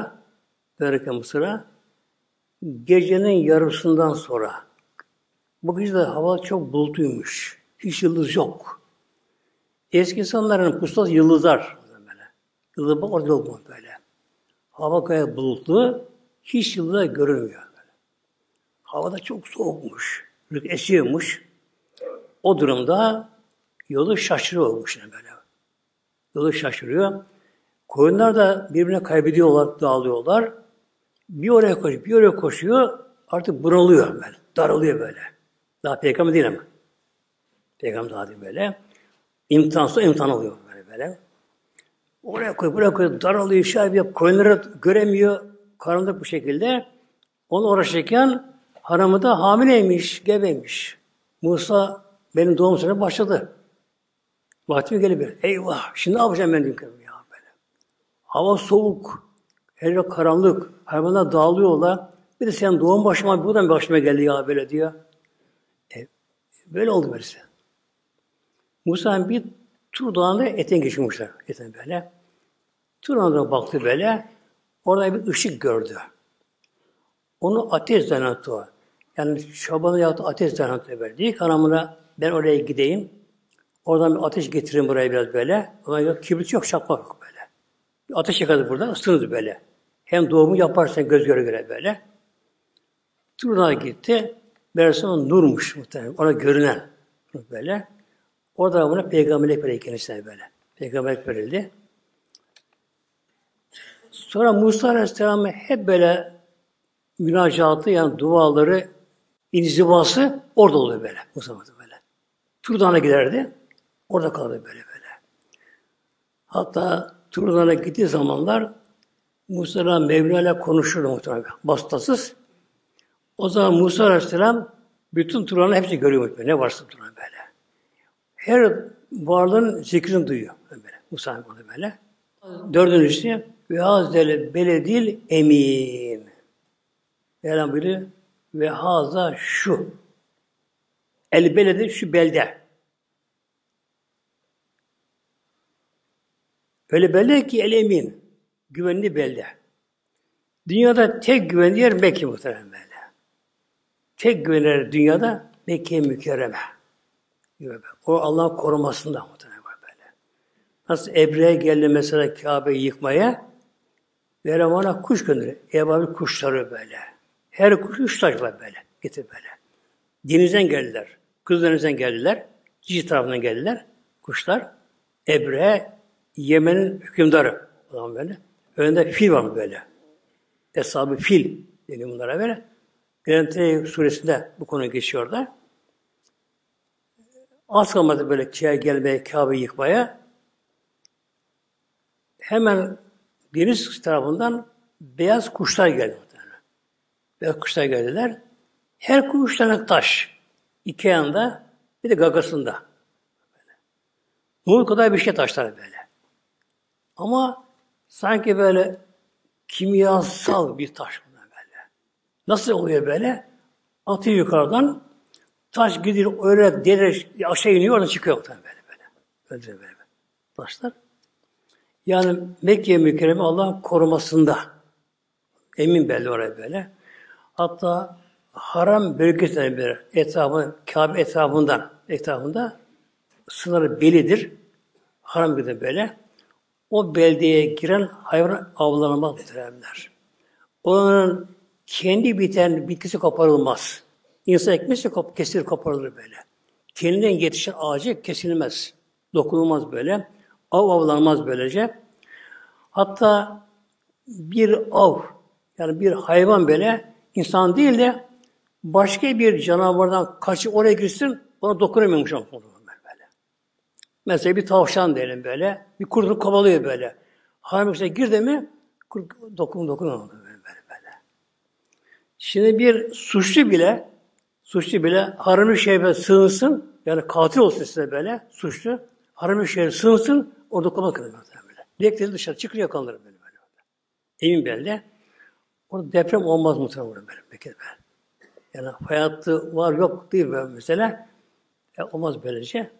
Mısır'a gecenin yarısından sonra bu gece de hava çok bulutluymuş. Hiç yıldız yok. Eski insanların pusulası yıldızlar. Böyle. Yıldız bak orada yok mu böyle. Hava gayet bulutlu. Hiç yıldızlar görünmüyor. Böyle. Havada çok soğukmuş. Esiyormuş. O durumda yolu şaşırıyormuş yani böyle. Yolu şaşırıyor. Koyunlar da birbirine kaybediyorlar, dağılıyorlar. Bir oraya koşuyor, bir oraya koşuyor. Artık bunalıyor böyle. Daralıyor böyle. Daha peygamber değil ama. Peygamber daha değil böyle. İmtihansız imtihan oluyor böyle. Oraya koy, buraya koy, daralıyor, yapıyor. Koyunları göremiyor. Karanlık bu şekilde. Onu uğraşırken hanımı da hamileymiş, gebeymiş. Musa benim doğum sürem başladı. Vaktim geliyor. Eyvah! Şimdi ne yapacağım ben diyorum ya böyle. Hava soğuk. Her yer karanlık. Hayvanlar dağılıyorlar. Bir de sen doğum başıma, buradan başıma geldi ya böyle diyor. Böyle oldu böylesi. Musa'nın bir Tur Dağı'nda eten geçirmişler. Eten böyle. Tur Dağı'na baktı böyle. Orada bir ışık gördü. Onu ateş zannediyor o. Yani çobanın yaptığı ateş zannediyor böyle. Diyor ki hanımına ben oraya gideyim. Oradan bir ateş getireyim buraya biraz böyle. Ona yok, kibrit yok, çakmak yok böyle. Bir ateş yakadı burada, ısınırdı böyle. Hem doğumu yaparsan göz göre göre böyle. Turuna gitti. Meğerse nurmuş muhtemelen. Ona görünen böyle. Orada buna peygamberlik verildi kendisine böyle. Peygamberlik verildi. Sonra Musa Aleyhisselam'ın hep böyle münacatı yani duaları, inzivası orada oluyor böyle. Musa böyle. Tur Dağı'na giderdi. Orada kaldı böyle böyle. Hatta Tur Dağı'na gittiği zamanlar Musa Mevla'yla konuşurdu muhtemelen. Bastasız. O zaman Musa Aleyhisselam bütün Tur Dağı'nın hepsini görüyor. Ne varsa Tur Dağı'na böyle. Her varlığın zikrini duyuyor. Böyle. Musa burada böyle. Dördüncüsü ve hazel beledil emin. Mevlam buyuruyor ve haza şu. El beledi şu belde. Öyle belde ki el emin. Güvenli belde. Dünyada tek güvenli yer Mekke muhtemelen böyle. Tek güvenilir dünyada Mekke mükerreme. O Allah'ın korumasında muhtemelen böyle. Nasıl Ebre'ye geldi mesela Kabe'yi yıkmaya, Mevlam ona kuş gönderiyor. Ebabil kuşları böyle. Her kuş üç taş var böyle. Getir böyle. Denizden geldiler. Kızdeniz'den geldiler. Cici tarafından geldiler. Kuşlar. Ebre, Yemen'in hükümdarı. Olan böyle. Önünde fil var böyle. Eshab-ı fil deniyor bunlara böyle. Gelen suresinde bu konu geçiyor da. Az kalmadı böyle gelmeye, Kabe'yi yıkmaya. Hemen deniz tarafından beyaz kuşlar geldi. Beyaz kuşlar geldiler. Her kuş tane taş. İki yanında bir de gagasında. Nur kadar bir şey taşlar böyle. Ama sanki böyle kimyasal bir taş bunlar böyle. Nasıl oluyor böyle? Atıyor yukarıdan, taş gidiyor öyle delir aşağı iniyor, oradan çıkıyor böyle böyle. Öyle böyle taşlar. Yani Mekke mükerreme Allah'ın korumasında. Emin belli oraya böyle. Hatta haram bölgesine bir etrafı, Kabe etrafında sınırı bellidir. Haram bölgesinde böyle. O beldeye giren hayvan avlanamaz muhteremler. Onun kendi biten bitkisi koparılmaz. İnsan ekmesi kesilir, koparılır böyle. Kendinden yetişen ağacı kesilmez. Dokunulmaz böyle. Avlanmaz böylece. Hatta bir yani bir hayvan böyle insan değil de başka bir canavardan kaçıp oraya girsin, ona dokunamıyormuş böyle. Mesela bir tavşan diyelim böyle, bir kurdu kovalıyor böyle. Hayvan mesela girdi mi, kurt dokunamıyor böyle. Şimdi bir suçlu bile haram-ı şerife sığınsın, yani katil olsun size böyle, suçlu, haram-ı şerife sığınsın, orada dokunmak kadar böyle. Direkt dışarı çıkıyor, yakalanır böyle. Emin belli. Orada deprem olmaz muhtemelen böyle. Peki böyle. Yani hayatı var yok değil böyle mesela. Olmaz böylece.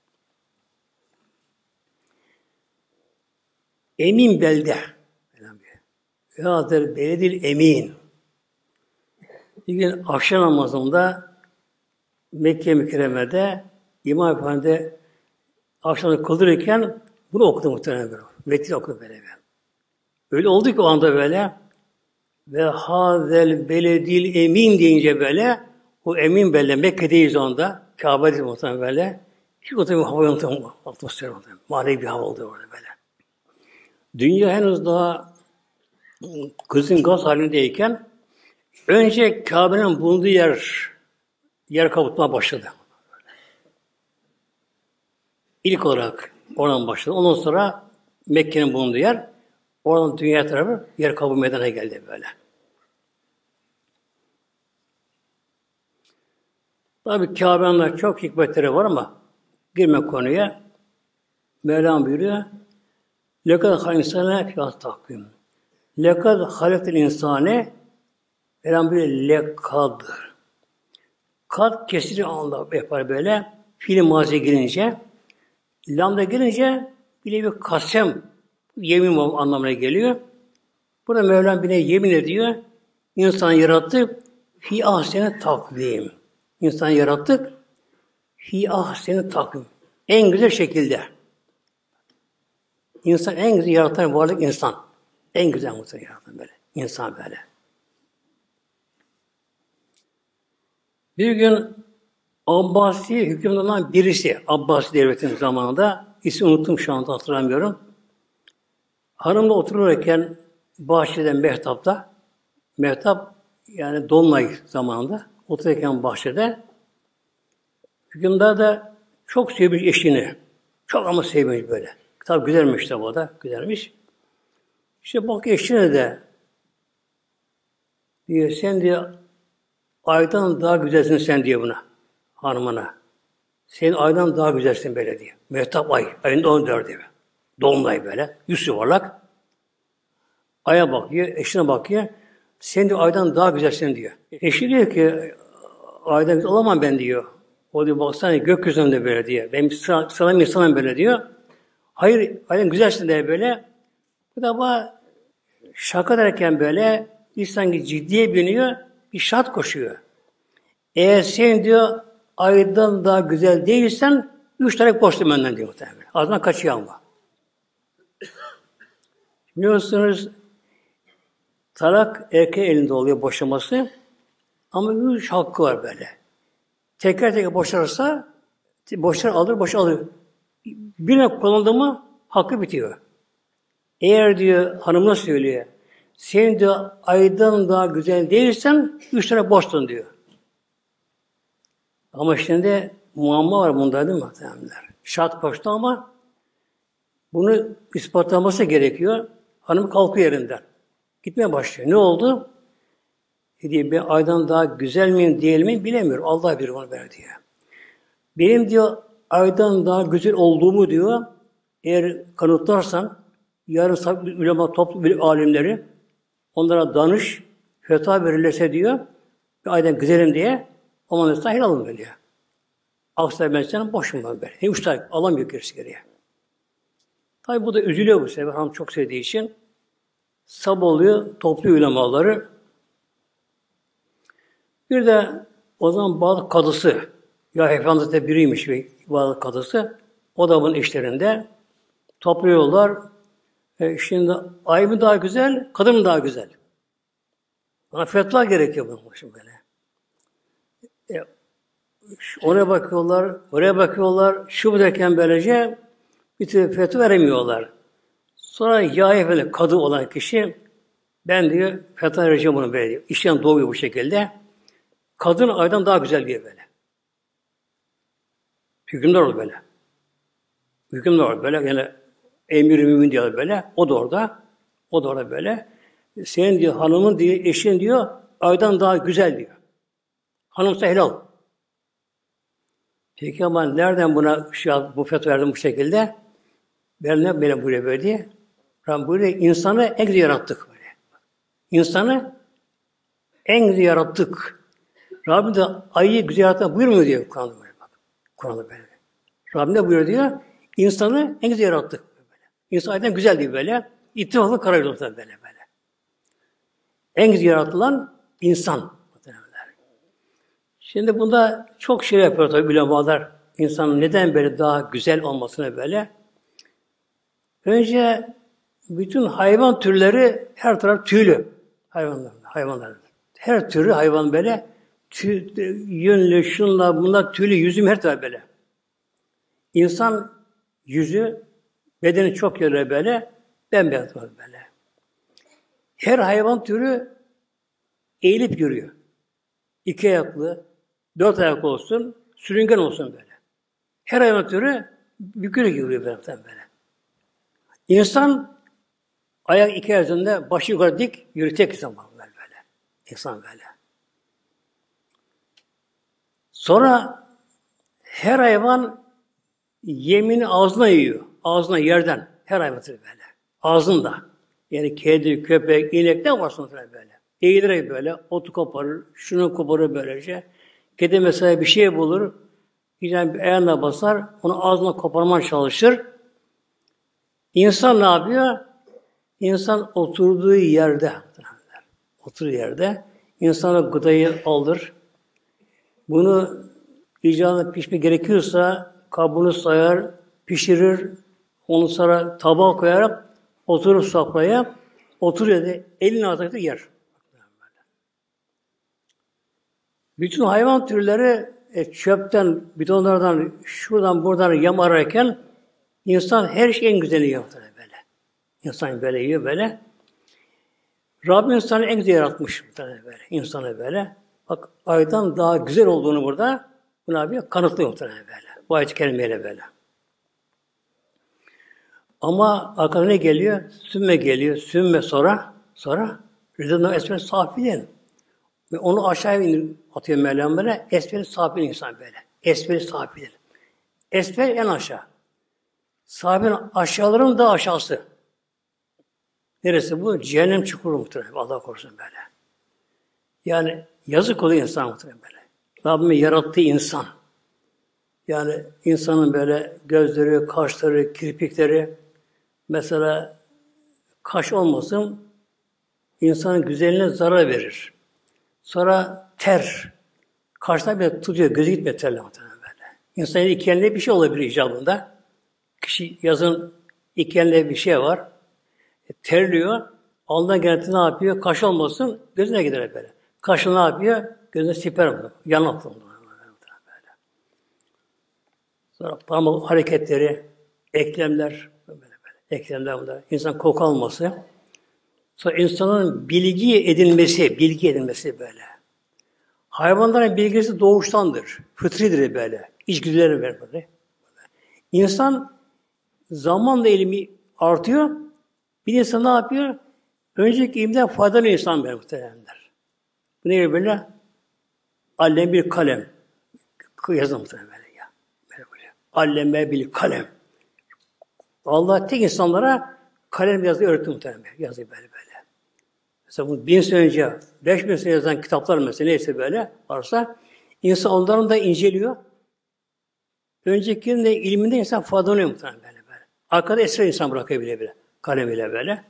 Emin belde. Yâdır beledil emin. Bir gün akşam namazında Mekke mükerremede İmam Efendi akşamda kıldırırken bunu okudu muhtemelen böyle. Metni okudu böyle. Öyle oldu ki o anda böyle ve hazel beledil emin deyince böyle o emin belde Mekke'deyiz o anda. Kabe'deyiz muhtemelen böyle. Hiç oturmuyor hava yöntemi atmosfer oldu. Manevi bir hava oldu orada böyle. Dünya henüz daha kızın gaz halindeyken önce Kabe'nin bulunduğu yer kapatmaya başladı. İlk olarak oradan başladı. Ondan sonra Mekke'nin bulunduğu yer, oradan dünya tarafı yer kabul meydana geldi böyle. Tabi Kabe'nin çok hikmetleri var ama girme konuya. Mevlam buyuruyor. Lekad halisane fiyat takvim. Lekad haletil insane Mevlam buyuruyor. Lekad. Kad kesiri anlamda yapar böyle. Fiil maziye girince. Lamda girince bile bir kasem yemin anlamına geliyor. Burada Mevlam bile yemin ediyor. İnsanı yarattı. Fi ahsene takvim. İnsanı yarattık. Fi ahsene takvim. En güzel şekilde. İnsan en güzel yaratan varlık insan. En güzel mutlaka yaratan böyle. İnsan böyle. Bir gün Abbasi hükümdarından birisi, Abbasi devletinin zamanında, ismi unuttum şu anda hatırlamıyorum. Hanımla otururken bahçede Mehtap yani Dolunay zamanında otururken bahçede hükümdar da çok sevmiş eşini. Çok ama sevmiş böyle. Tabi güzelmiş tabi o da, güzelmiş. İşte bak eşine de diyor, sen diyor aydan daha güzelsin sen diyor buna, hanımına. Senin aydan daha güzelsin böyle diyor. Mehtap ayın 14 diyor. Dolunay böyle, yüz yuvarlak. Aya bakıyor, eşine bakıyor. Sen diyor aydan daha güzelsin diyor. Eşi diyor ki aydan güzel olamam ben diyor. O diyor baksana gökyüzünde böyle diyor. Ben sana insanım böyle diyor. Hayır aydan güzelsin diye böyle. Bu da şaka derken böyle insan ciddiye biniyor, bir şart koşuyor. Eğer sen diyor aydan daha güzel değilsen 3 tane boştum benden diyor muhtemelen. Ağzından kaçıyor ama. Biliyorsunuz talak erkeğin elinde oluyor boşaması ama 3 hakkı var böyle. Tekrar boşarsa boşar alır. Birine kullanıldı mı hakkı bitiyor. Eğer diyor hanımına söylüyor, sen diyor aydan daha güzel değilsen 3 tane boştun diyor. Ama şimdi muamma var bunda değil mi? Şart koştu ama bunu ispatlaması gerekiyor. Hanım kalkıyor yerinden. Gitmeye başlıyor. Ne oldu? Diye ben aydan daha güzel miyim değil miyim bilemiyorum. Allah bilir onu ver diyor. Benim diyor aydan daha güzel olduğumu diyor, eğer kanıtlarsan, yarın sabit ulema toplu bilim alimleri, onlara danış, fetva verirlerse diyor, aydan güzelim diye, ama mesela helal alın böyle. Aksine ben senin boşum ben böyle. Hem üç tane alamıyor gerisi geriye. Tabi bu da üzülüyor bu sefer, hanım çok sevdiği için. Sabah oluyor, topluyor ulemaları. Bir de o zaman Bağdat kadısı, ya Efendimiz de biriymiş bir Bağdat kadısı, o da bunun işlerinde topluyorlar. Şimdi ay mı daha güzel, kadın mı daha güzel? Bana fetva gerekiyor bunun için böyle. Oraya bakıyorlar, oraya bakıyorlar, şu bu derken böylece bir türlü fetva veremiyorlar. Sonra ya efendim kadı olan kişi, ben diyor fetva vereceğim bunu böyle diyor. İşten doğuyor bu şekilde. Kadın aydan daha güzel diyor böyle. Hükümdar olur böyle. Hükümdar olur böyle. Yani emir-i mümin diyor böyle. O da orada. O da orada böyle. Senin diyor hanımın diyor, eşin diyor aydan daha güzel diyor. Hanımsa helal. Peki ama nereden buna bu fetva verdim bu şekilde? Ben ne böyle buraya böyle diye. Rabbim buyuruyor, insanı en güzel yarattık böyle. İnsanı en güzel yarattık. Rabbim de ayı güzel yarattık buyurmuyor diyor Kur'an'da böyle bak. Kur'an'da böyle. Rabbim de buyuruyor diyor, insanı en güzel yarattık böyle. İnsan aydan güzel diyor böyle. İttifaklı karar böyle böyle. En güzel yaratılan insan. Şimdi bunda çok şey yapıyor tabii ulemalar. İnsanın neden böyle daha güzel olmasına böyle. Önce bütün hayvan türleri her taraf tüylü. Hayvanlar. Her türlü hayvan böyle yünlü, şunla, bunlar tüylü, yüzüm her taraf böyle. İnsan yüzü, bedeni çok yere böyle, bembeyaz böyle. Her hayvan türü eğilip yürüyor. İki ayaklı, dört ayaklı olsun, sürüngen olsun böyle. Her hayvan türü bükülü yürüyor böyle. İnsan ayak iki ayakında başı yukarı dik yürüyor tek zaman böyle. İnsan böyle. Sonra her hayvan yemini ağzına yiyor. Ağzına yerden. Her hayvan türü böyle. Ağzında. Yani kedi, köpek, inek ne varsa böyle. Eğilerek böyle otu koparır, şunu koparır böylece. Kedi mesela bir şey bulur, bir ayağına basar, onu ağzına koparmaya çalışır. İnsan ne yapıyor? İnsan oturduğu yerde, insana gıdayı alır. Bunu icabında pişme gerekiyorsa kabuğunu sayar, pişirir, onu sonra tabağa koyarak oturur sofraya, oturuyor da elini ağzına yer. Bütün hayvan türleri çöpten, bidonlardan, şuradan buradan yem ararken insan her şeyin en güzeli yiyor böyle. İnsan böyle yiyor böyle. Rabbim insanı en güzel yaratmış böyle. İnsanı böyle. Bak aydan daha güzel olduğunu burada bunu abi kanıtlıyor böyle. Bu ayet-i kerimeyle böyle. Ama arkada ne geliyor? Sümme geliyor. Sümme sonra rıdına esmer safilin. Ve onu aşağıya atıyor Mevlam böyle. Esferi safilin insan böyle. Esferi safilin. Esfer en aşağı. Safilin aşağıların da aşağısı. Neresi bu? Cehennem çukuru muhtemelen. Allah korusun böyle. Yani yazık oluyor insan muhtemelen böyle. Rabbimin yarattığı insan. Yani insanın böyle gözleri, kaşları, kirpikleri, mesela kaş olmasın, insanın güzelliğine zarar verir. Sonra ter. Kaşlar bile tutuyor, gözü gitmiyor terle muhtemelen böyle. İnsanın iki elinde bir şey olabilir icabında. Kişi yazın iki elinde bir şey var. Terliyor. Alnından geldi ne yapıyor? Kaş olmasın, gözüne gider böyle. Kaşı ne yapıyor? Gözüne siper mi? Yanık böyle. Sonra parmak hareketleri, eklemler, böyle. Eklemler bunlar. İnsan koku alması. Sonra insanın bilgi edinmesi böyle. Hayvanların bilgisi doğuştandır. Fıtridir böyle. İçgüdüleri böyle. İnsan zamanla ilmi artıyor. Bir insan ne yapıyor? Önceki ilimden faydalı insan böyle muhtemelenler. Bu ne böyle? Alem bir kalem. Yazın muhtemelen böyle ya. Böyle. Alleme bil kalem. Allah tek insanlara kalem yazıyı öğretti muhtemelen. Yazıyı böyle böyle. Mesela bu 1000 sene önce, 5000 sene yazan kitaplar mesela neyse böyle varsa insan onların da inceliyor. Öncekinin de ilminde insan faydalanıyor muhtemelen böyle böyle. Arkada esrar insan bırakıyor bile. Kalem ile böyle.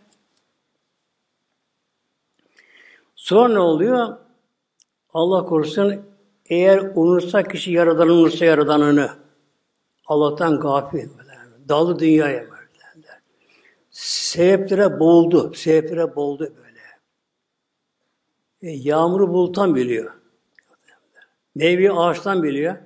Sonra ne oluyor? Allah korusun eğer unutsa kişi Yaradan'ı unutsa Yaradan'ını Allah'tan gafil. Dallı dünyaya böyle. Sebeplere boğuldu böyle. Yağmuru buluttan biliyor. Meyveyi ağaçtan biliyor.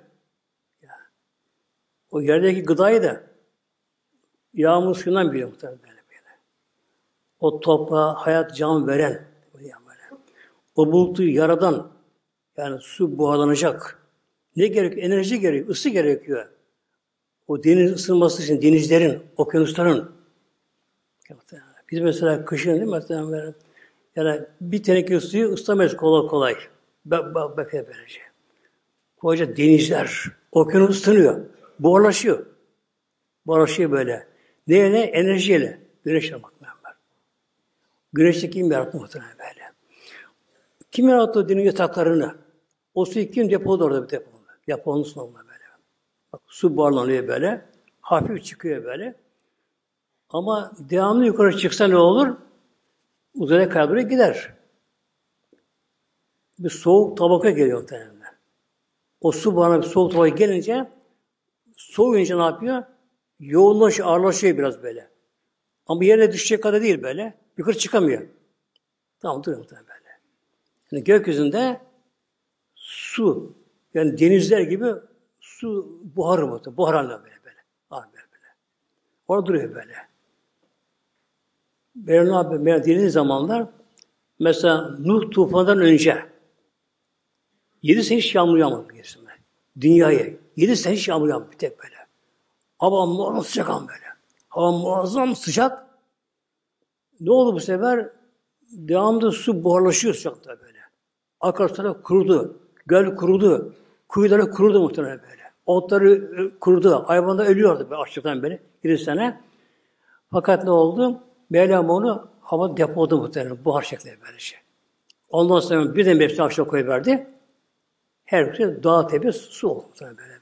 O yerdeki gıdayı da yağmur suyundan biliyor muhtemelen böyle. O toprağa hayat can veren, o bulutu yaradan, yani su buharlanacak. Ne gerekiyor? Enerji gerekiyor, ısı gerekiyor. O deniz ısınması için denizlerin, okyanusların. Biz mesela kışın değil mi? Mesela yani bir teneke suyu ıslamayız kolay kolay. Bak böylece. Koca denizler, okyanus ısınıyor. Buharlaşıyor. Buharlaşıyor böyle. Neyle? Enerjiyle. Güneşle bakmayan var. Güneşte kim yarattı muhtemelen böyle? Kim yarattı o deniz yataklarını? O suyu kim depoladı orada bir depoda? Deponun sonunda böyle. Bak, su buharlanıyor böyle. Hafif çıkıyor böyle. Ama devamlı yukarı çıksa ne olur? Uzaya kadar gider. Bir soğuk tabaka geliyor muhtemelen. O su buharına bir soğuk tabaka gelince soğuyunca ne yapıyor? Yoğunlaşıyor, ağırlaşıyor biraz böyle. Ama yerine düşecek kadar değil böyle. Yukarı çıkamıyor. Tamam duruyor muhtemelen böyle. Yani gökyüzünde su, yani denizler gibi su buharı mı? Buharlanıyor böyle. Böyle. Orada duruyor böyle. Böyle ne yapıyor? Böyle dediği zamanlar mesela Nuh tufandan önce 7 sene hiç yağmur yağmadı gerisinde. Dünyaya 7 sene hiç yağmur yağmadı bir tek böyle. Hava muazzam sıcak ama böyle. Hava muazzam sıcak. Ne oldu bu sefer? Devamlı su buharlaşıyor sıcakta böyle. Akarsular kurudu. Göl kurudu. Kuyuları kurudu muhtemelen böyle. Otları kurudu. Hayvanlar ölüyordu böyle açlıktan beri. 7 sene. Fakat ne oldu? Mevlam onu hava depoladı muhtemelen. Buhar şeklinde böyle şey. Ondan sonra birden hepsini aşağı koyuverdi. Her şey dağ tepe su oldu muhtemelen böyle.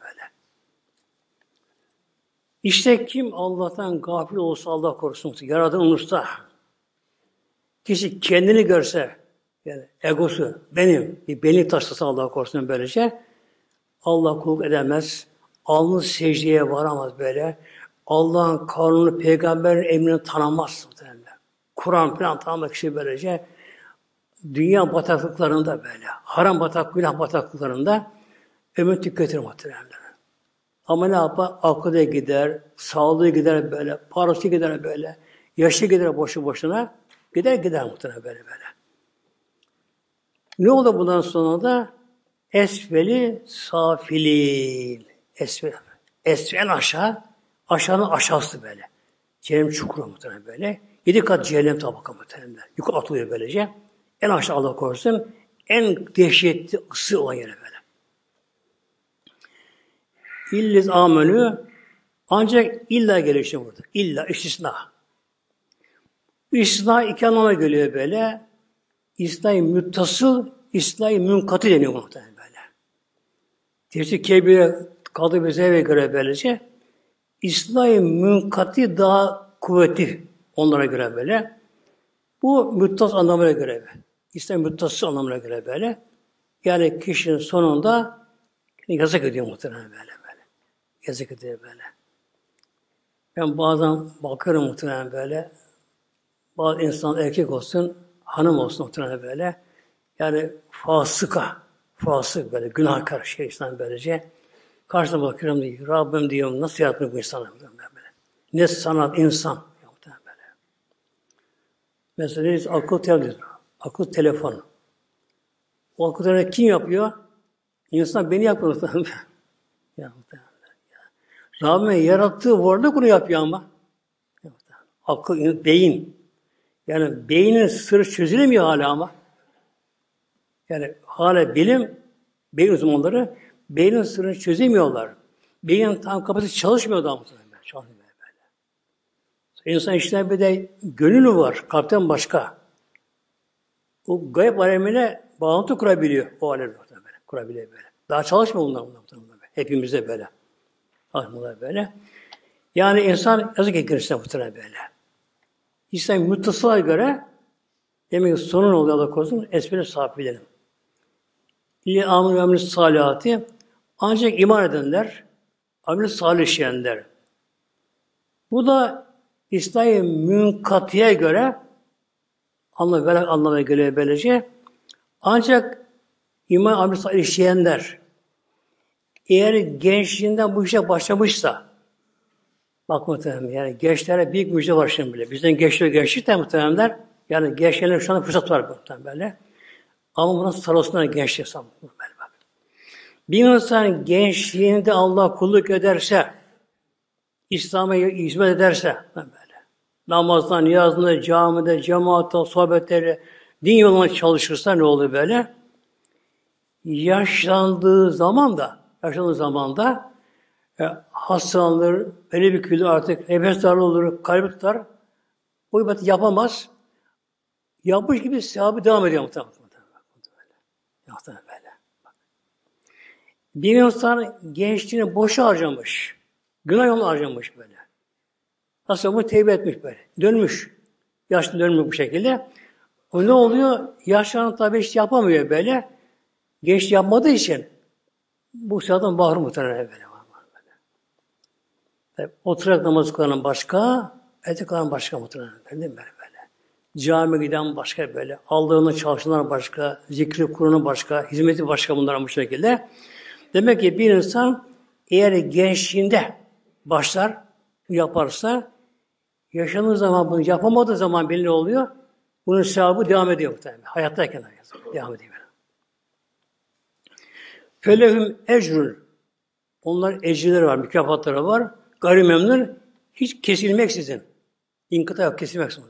İşte kim Allah'tan gafil olsa Allah korusun, Yaradan unutsa, kişi kendini görse, yani egosu, bir benlik taşlasa Allah korusun böylece, Allah kulluk edemez, alnı secdeye varamaz böyle, Allah'ın kanunu, peygamberin emrini tanımaz. Kur'an falan tanımak kişi böylece, dünya bataklıklarında böyle, haram batak, günah bataklıklarında ömür tüketir muhtemelen. Ama ne yapar? Aklı da gider, sağlığı gider böyle, parası gider böyle, yaşı gider boşu boşuna, gider muhtemelen böyle. Ne oldu bundan sonra da? Esfeli safilin. Esfel aşağı, aşağının aşağısı böyle. Cehennem çukuru muhtemelen böyle. 7 kat cehennem tabaka muhtemelen. Yukarı atılıyor böylece. En aşağı Allah korusun, en dehşetli ısı olan yere böyle. İlliz amenü ancak illa gelişim burada. İlla, istisna. İstisna iki anlama geliyor böyle. İstisna-i müttasıl, istisna-i münkatı deniyor muhtemelen böyle. Tefsir Kebir'e kaldığı bir zevke göre böylece istisna-i münkatı daha kuvvetli onlara göre böyle. Bu müttas anlamına göre. İstisna-i müttasıl anlamına göre böyle. Yani kişinin sonunda yazık ediyor muhtemelen böyle. Yazık ediyor böyle. Ben bazen bakıyorum muhtemelen böyle. Bazı insan erkek olsun, hanım olsun muhtemelen böyle. Yani fasık böyle, günahkar şey insan böylece. Karşısına bakıyorum diyor, Rabbim diyorum, nasıl yarattın bu insanı böyle. Ne sanat, insan. Böyle. Mesela akıl telefon. O akıl telefonu kim yapıyor? İnsan beni yapıyor muhtemelen. Rabbim yarattığı varlık bunu yapıyor ama. Akıl, beyin. Yani beynin sırrı çözülemiyor hala ama. Yani hala beyin uzmanları beynin sırrını çözemiyorlar. Beyin tam kapasitesi çalışmıyor daha muhtemelen. Çalışmıyor böyle. İnsan içinde bir de gönül var. Kalpten başka. O gayb alemine bağlantı kurabiliyor. O alem böyle. Kurabiliyor böyle. Daha çalışmıyor bunlar. Hepimizde böyle. Çalışmıyorlar böyle. Yani insan yazık eklerisine muhtemelen böyle. İslam muttasıla göre demek ki sonun oluyor Allah korusun esmine sahip edelim. İli amel ve amel salihati ancak iman edenler, amel salih işleyenler. Bu da İslam-ı münkatiye göre anlamaya göre böylece ancak iman amel salih işleyenler eğer gençliğinden bu işe başlamışsa bak muhtemelen yani gençlere büyük müjde var şimdi bile. Bizden gençlik de muhtemelenler yani gençlerin şu anda fırsat var muhtemelen böyle. Ama buna sarılsınlar gençliğe muhtemelen bak. Bir insan gençliğinde Allah kulluk ederse İslam'a hizmet ederse böyle. Namazdan, niyazında, camide, cemaatta, sohbetleri, din yoluna çalışırsa ne olur böyle? Yaşlandığı zaman da hastalanır, öyle bir küldür artık, nefes darlığı olur, kalbi tutar. O ibadeti yapamaz. Yapmış gibi sevabı devam ediyor muhtemelen. Böyle. Bir insan gençliğini boşa harcamış. Günah yolunu harcamış böyle. Nasıl bu tevbe etmiş böyle. Dönmüş. Yaşlı dönmüş bu şekilde. O ne oluyor? Yaşlanan tabi hiç yapamıyor böyle. Genç yapmadığı için bu sıradan mahrum muhtemelen böyle. Oturarak namaz kılan başka, evde kılan başka muhtemelen. Değil mi böyle? Cami giden başka böyle. Aldığını çalışanlar başka, zikri Kur'an'ı başka, hizmeti başka bunlar bu şekilde. Demek ki bir insan eğer gençliğinde başlar, yaparsa yaşadığı zaman bunu yapamadığı zaman belli oluyor. Bunun sevabı devam ediyor muhtemelen. Hayattayken devam ediyor. Felehum ecrun. Onların ecirleri var, mükafatları var. Gayrimemnun hiç kesilmeksizin. İnkıta yok, kesilmeksizin.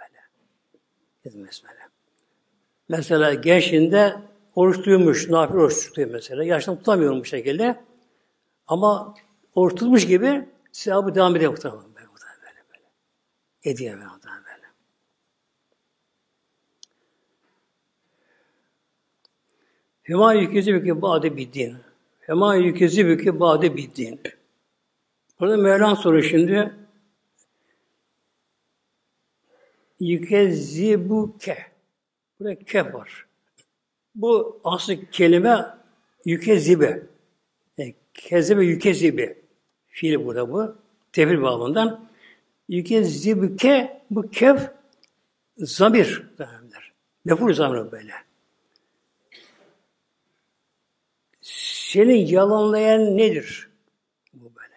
Mesela gençliğinde oruç tutuyormuş, nafile oruç tutuyor mesela. Yaştan tutamıyorum bu şekilde. Ama oruç tutmuş gibi sevabı devam ediyor muhtemelen. Böyle. Ediyor muhtemelen böyle. Fema yükezi ba'de biddin. Fema yükezi ba'de biddin. Burada Mevlam soruyor şimdi. Yükezibuke. Burada kef var. Bu aslı kelime yükezibe. Kezebe yükezibe. Fiil burada bu. Tefil babından. Yükezibuke bu kef zamir. Mef'ul zamir böyle. Seni yalanlayan nedir? Bu böyle.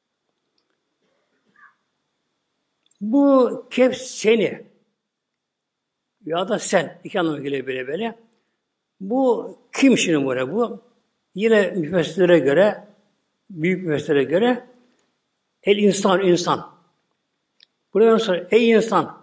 Bu kef seni ya da sen. İki anlamı geliyor böyle. Bu kim şimdi böyle bu? Yine müfessirlere göre, büyük müfessirlere göre insan. Buradan sonra ey insan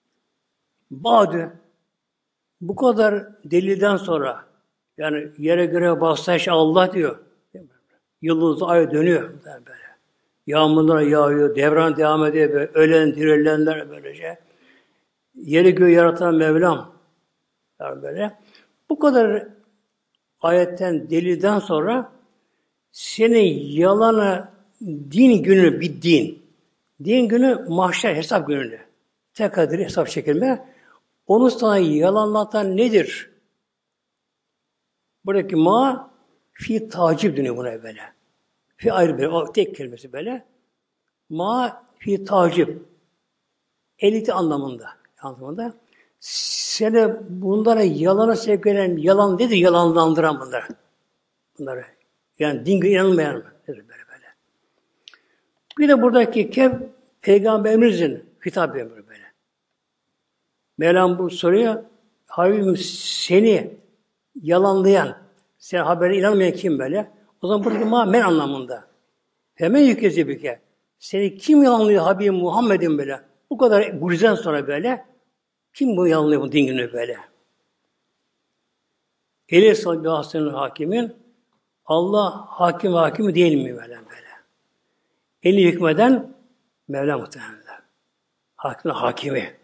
bu kadar delilden sonra yani yere göre baksa Allah diyor. Yıldız ay dönüyor böyle. Yağmurlar yağıyor, devran devam ediyor böyle. Ölen, dirilenler böylece. Yeri göğü yaratan Mevlam. Yani böyle. Bu kadar ayetten, delilden sonra senin yalana din günü bir din. Din günü mahşer hesap günü. Tekadiri hesap çekilme. Onu sana yalanlatan nedir? Buradaki ma fi tacib dönüyor buna böyle. Fi ayrı bir, o tek kelimesi böyle. Ma fi tacib. Eliti anlamında. Seni bunlara yalana sevk eden yalan nedir? Yalanlandıran bunları. Yani din günü inanılmayan nedir böyle. Bir de buradaki kef Peygamberimizin hitap emri böyle. Mevlam bu soruyor. Habibim seni yalanlayan, sen haberine inanmayan kim böyle? O zaman buradaki men anlamında. Hemen yüklezi bir ke. Seni kim yalanlıyor Habibim Muhammed'in böyle? Bu kadar mucizen sonra böyle. Kim bu yalanlıyor bu din günü böyle? Eli sallallahu hakimin Allah hakimi değil mi böyle? Eli hükmeden Mevla muhtemelen. Hakimi.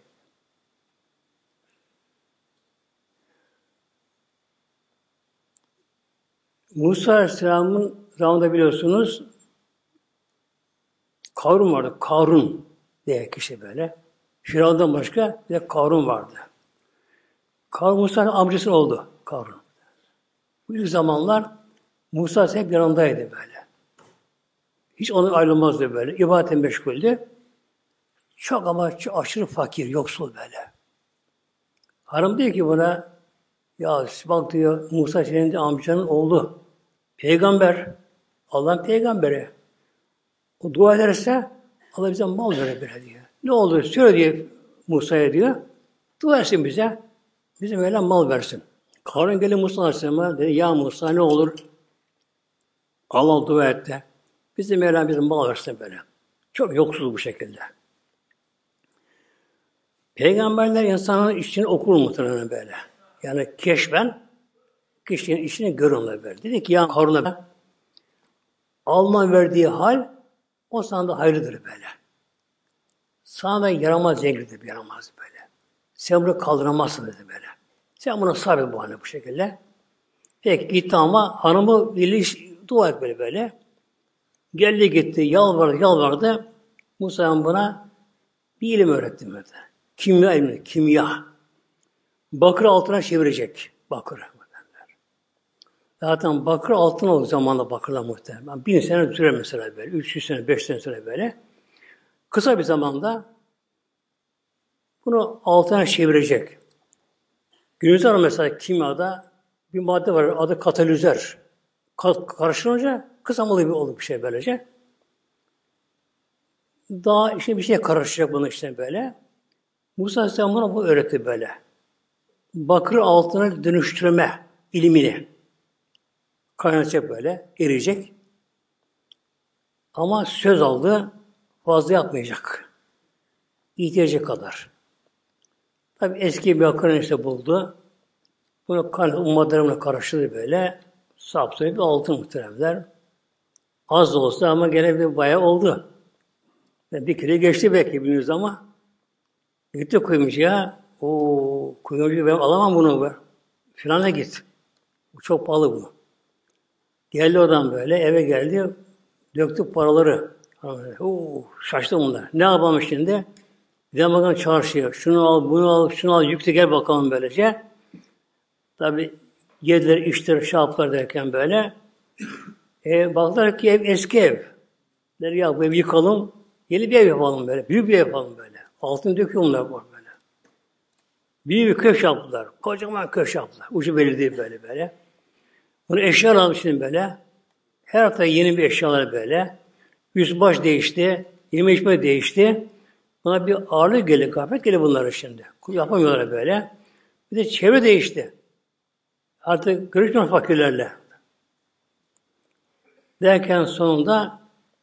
Musa Aleyhisselam'ın zamanında biliyorsunuz Karun vardı. Karun diye kişi böyle. Firavun'dan başka bir de Karun vardı. Karun Musa'nın amcası oldu. Karun. Bu ilk zamanlar Musa hep yanındaydı böyle. Hiç ondan ayrılmazdı böyle. İbadete meşguldü. Çok ama çok aşırı fakir, yoksul böyle. Hanım diyor ki buna, ya bak diyor, Musa senin de amcanın oğlu. Peygamber. Allah'ın peygamberi. O dua ederse Allah bize mal verir böyle diyor. Ne olur söyle diyor Musa'ya diyor. Dua etsin bize. Bize Mevla mal versin. Karun geldi Musa Aleyhisselam'a dedi, ya Musa ne olur Allah dua et de bize Mevla bize mal versin böyle. Çok yoksul bu şekilde. Peygamberler insanın işini okur muhtemelen böyle. Yani keşfen kişinin işini görürler böyle. Dedi ki ya Karun'a Allah'ın verdiği hal o sana da hayırlıdır böyle. Sana da yaramaz zengindir, yaramaz böyle. Sen bunu kaldıramazsın dedi böyle. Sen buna sabır bu hale bu şekilde. Peki gitti ama hanımı dua et böyle. Geldi gitti, yalvardı. Musa'nın buna bir ilim öğretti böyle. Kimya ilmi, kimya. Bakır altına çevirecek. Bakır. Zaten bakır altın olduğu zamanla bakırla muhtemelen. 1000 sene sürer mesela böyle. 300 sene, 500 sene sürer böyle. Kısa bir zamanda bunu altına çevirecek. Günümüzde mesela kimyada bir madde var. Adı katalizör. Karıştırınca kısamalı bir şey böylece. Daha işte bir şey karışacak bunu işte böyle. Musa Aleyhisselam bana bu öğretti böyle. Bakır altına dönüştürme ilimini. Kaynatacak böyle, eriyecek. Ama söz aldı, fazla yapmayacak. İhtiyacı kadar. Tabi eski bir akran işte buldu. Bunu ummadlarımla karıştırdı böyle. Sapsayıp altın muhteremler. Az da olsa ama gene bir bayağı oldu. Bir kere geçti belki bilmiyoruz ama gitti kuyumcuya. O kuyumcu ben alamam bunu be. Filana git. Bu çok pahalı bu. Geldi oradan böyle eve geldi. Döktük paraları. Şaştı bunlar. Ne yapalım şimdi? Bir de bakalım çarşıya. Şunu al, bunu al, şunu al. Yüksek gel bakalım böylece. Tabi yediler, içtiler, şey yaptılar derken böyle. Baktılar ki ev eski ev. Der ya bu evi yıkalım. Yeni bir ev yapalım böyle. Büyük bir ev yapalım böyle. Altını döküyorlar böyle. Büyük bir köşk yaptılar. Kocaman köşk yaptılar. Ucu belli değil böyle. Bunu eşya aldım şimdi böyle. Her hafta yeni bir eşyalar böyle. Yüz baş değişti. Yeme içme değişti. Buna bir ağırlık geliyor, kıyafet geliyor bunlara şimdi. Yapamıyorlar böyle. Bir de çevre değişti. Artık görüşmüyor fakirlerle. Derken sonunda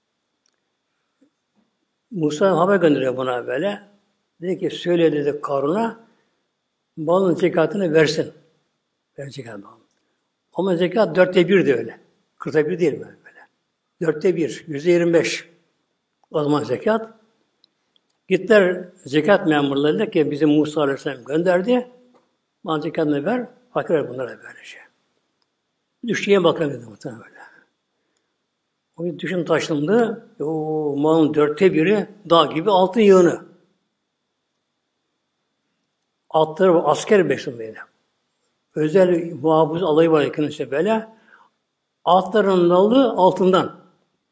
Musa haber gönderiyor buna böyle. Dedi ki söyle dedi Karun'a malın zekatını versin. Ver zekat malın. Ama zekat 1/4 de öyle. 1/40 değil böyle. 1/4, %25. O zaman zekat. Gittiler zekat memurlarıyla ki bizim Musa Aleyhisselam gönderdi. Bana zekatını ver, fakir ver bunlara böylece. Düştüğüne bakalım dedi muhtemelen böyle. O gün düşün taşındı. O malın 1/4 dağ gibi altın yığını. Atları asker beslemeydi. Özel muhafız alayı var yakınışta böyle. Atların nalı altından.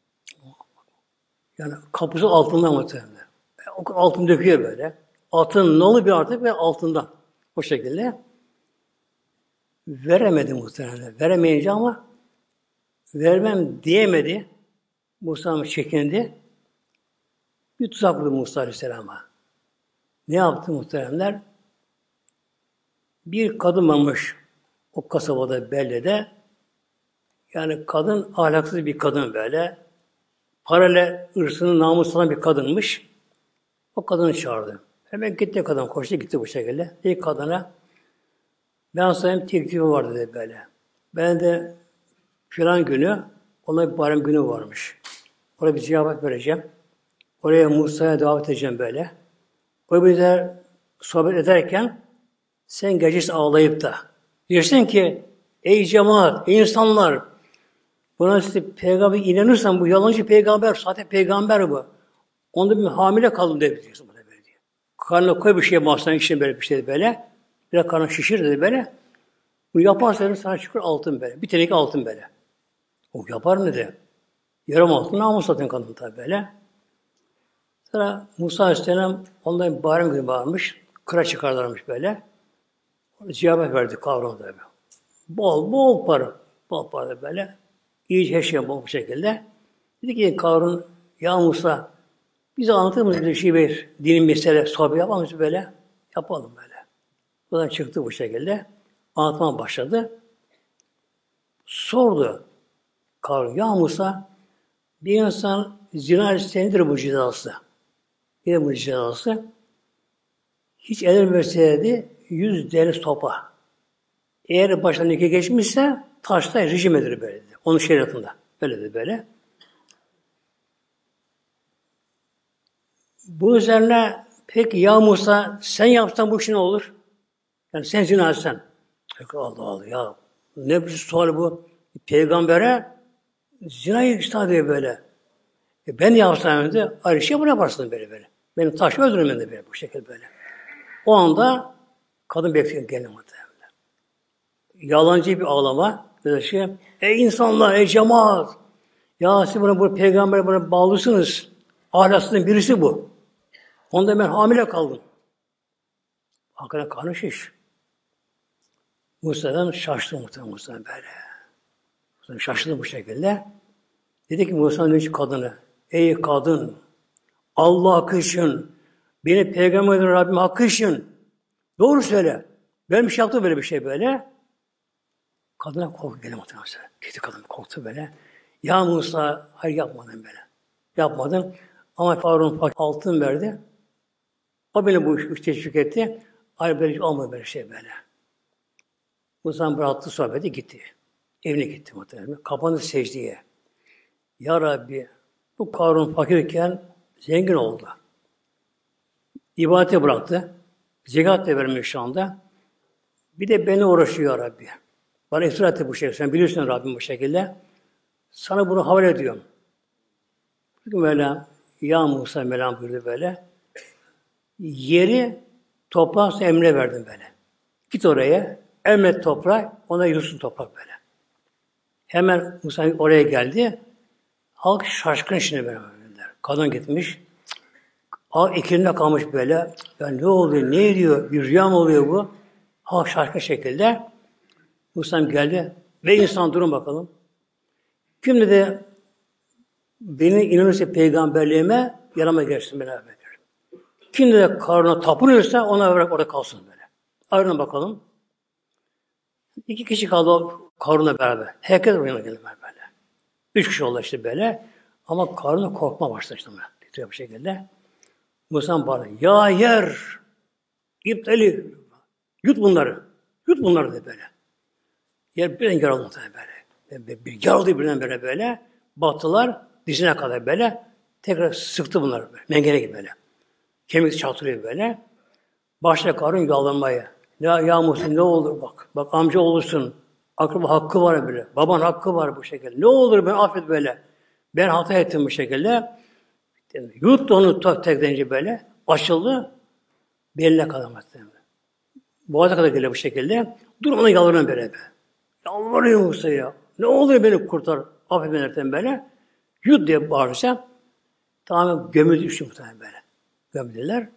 Yani kapısı altından muhtemelen. O altın döküyor böyle. Atın nalı bir artık ve altından. O şekilde. Veremedi muhtemelen. Veremeyince ama vermem diyemedi. Musa çekindi. Bir tuzak kurdu Musa Aleyhisselam'a. Ne yaptı muhteremler? Bir kadın varmış o kasabada Belle'de. Yani kadın ahlaksız bir kadın böyle. Parayla ırsını namusuna bir kadınmış. O kadını çağırdı. Hemen gitti kadın. Koştu gitti bu şekilde. İlk kadına ben sana teklifim var dedi böyle. Ben de Filan günü, ona bir bayram günü varmış. Oraya bir ziyafet vereceğim. Oraya Musa'ya davet edeceğim böyle. O bizler sohbet ederken sen gecesi ağlayıp da diyorsun ki ey cemaat, ey insanlar buna size peygamber inanırsan bu yalancı peygamber, sahte peygamber bu. Onda bir hamile kalın diye diyorsun buna böyle diyor. Karnına koy bir şey mahzene için böyle bir şey böyle. Biraz karnı şişir dedi böyle. Bu yaparsan sana çıkar altın böyle. Bir teneke altın böyle. O yapar mı dedi. Yarım altın namus satın kadın tabi böyle. Sonra Musa Aleyhisselam ondan bayram günü bağırmış. Kıra çıkarlarmış böyle. Ziyafet verdi Karun'a tabi. Bol bol para. Bol para böyle. İyice her şey bol bu şekilde. Dedi ki Karun, ya Musa bize anlatır mısın bir şey bir dinin mesele sohbet yapar mısın böyle? Yapalım böyle. Buradan çıktı bu şekilde. Anlatmaya başladı. Sordu Karun, ya Musa bir insan zina etse nedir bu cezası? Nedir bu cezası? Hiç el verseydi 100 deniz topa. Eğer baştan iki geçmişse taşta rejim edilir böyle dedi. Onun şeriatında. Böyle de böyle. Bu üzerine peki ya Musa sen yapsan bu işin olur? Yani sen zina etsen. Peki Allah Allah ya. Ne bir sual bu? Peygambere zinayı iştah diyor böyle. Ben yapsam dedi, ayrı şey bunu yaparsın böyle böyle. Benim taş öldürmem de böyle bu şekilde böyle. O anda kadın bekliyor gene muhtemelen. Yalancı bir ağlama. Dedi şey, ey insanlar, ey cemaat. Ya siz bu peygamber buna bağlısınız. Ahlaksızın birisi bu. Onda ben hamile kaldım. Hakikaten karnı şiş. Musa'dan şaştı muhtemelen Musa böyle. Musa şaşırdı bu şekilde. Dedi ki Musa'nın kadını, ey kadın, Allah hakkı için, beni peygamber eden Rabbim hakkı için, doğru söyle. Ben bir şey yaptım böyle bir şey böyle. Kadına korku gene muhtemelen. Gitti kadın korktu böyle. Ya Musa, hayır yapmadın böyle. Yapmadın. Ama Karun altın verdi. O beni bu işi teşvik etti. Hayır böyle olmadı böyle şey böyle. Musa'nın bıraktığı sohbeti gitti. Evine gitti muhtemelen. Kapandı secdeye. Ya Rabbi, bu Karun fakirken zengin oldu. İbadete bıraktı. Zekat da vermiyor şu anda. Bir de beni uğraşıyor ya Rabbi. Bana iftira etti bu şey. Sen biliyorsun Rabbim bu şekilde. Sana bunu havale ediyorum. Çünkü Mevlam, ya Musa Mevlam buyurdu böyle. Yeri toprağa emre verdim böyle. Git oraya, emret toprağa, ona yürüsün toprak böyle. Hemen Musa oraya geldi. Halk şaşkın şimdi böyle. Kadın gitmiş. Halk ikilinde kalmış böyle. Ya ne oluyor, ne ediyor, bir rüya mı oluyor bu? Halk şaşkın şekilde. Musa geldi. Ve insan durun bakalım. Kim dedi, beni inanırsa peygamberliğime yanıma gelsin beraber. Kim de Karun'a tapınıyorsa ona bırak orada kalsın böyle. Ayrılın bakalım. 2 kişi kaldı o Karun'la beraber. Herkes oraya geldi böyle. 3 kişi oldu işte böyle. Ama Karun'a korkma başladı işte. Titriyor bu şekilde. Musa bağırdı. Ya yer! İptali! Yut bunları. Yut bunları de böyle. Yer birden yaraldı böyle. Bir yaraldı birden böyle. Battılar dizine kadar böyle. Tekrar sıktı bunları böyle. Mengene gibi böyle. Kemik çatırıyor böyle. Başla Karun yalvarmaya. Ya Musa ne olur bak. Bak amca olursun. Akraba hakkı var böyle. Baban hakkı var bu şekilde. Ne olur ben affet böyle. Ben hata ettim bu şekilde. Yuttu onu tek deyince böyle. Açıldı. Beline kadar. Boğaza kadar geliyor bu şekilde. Dur ona yalvarıyorum böyle. Yalvarıyor Musa ya. Ne oluyor beni kurtar. Affet beni böyle. Yut diye bağırırsa tamamen gömüldü düştü muhtemelen böyle. Gömdüler.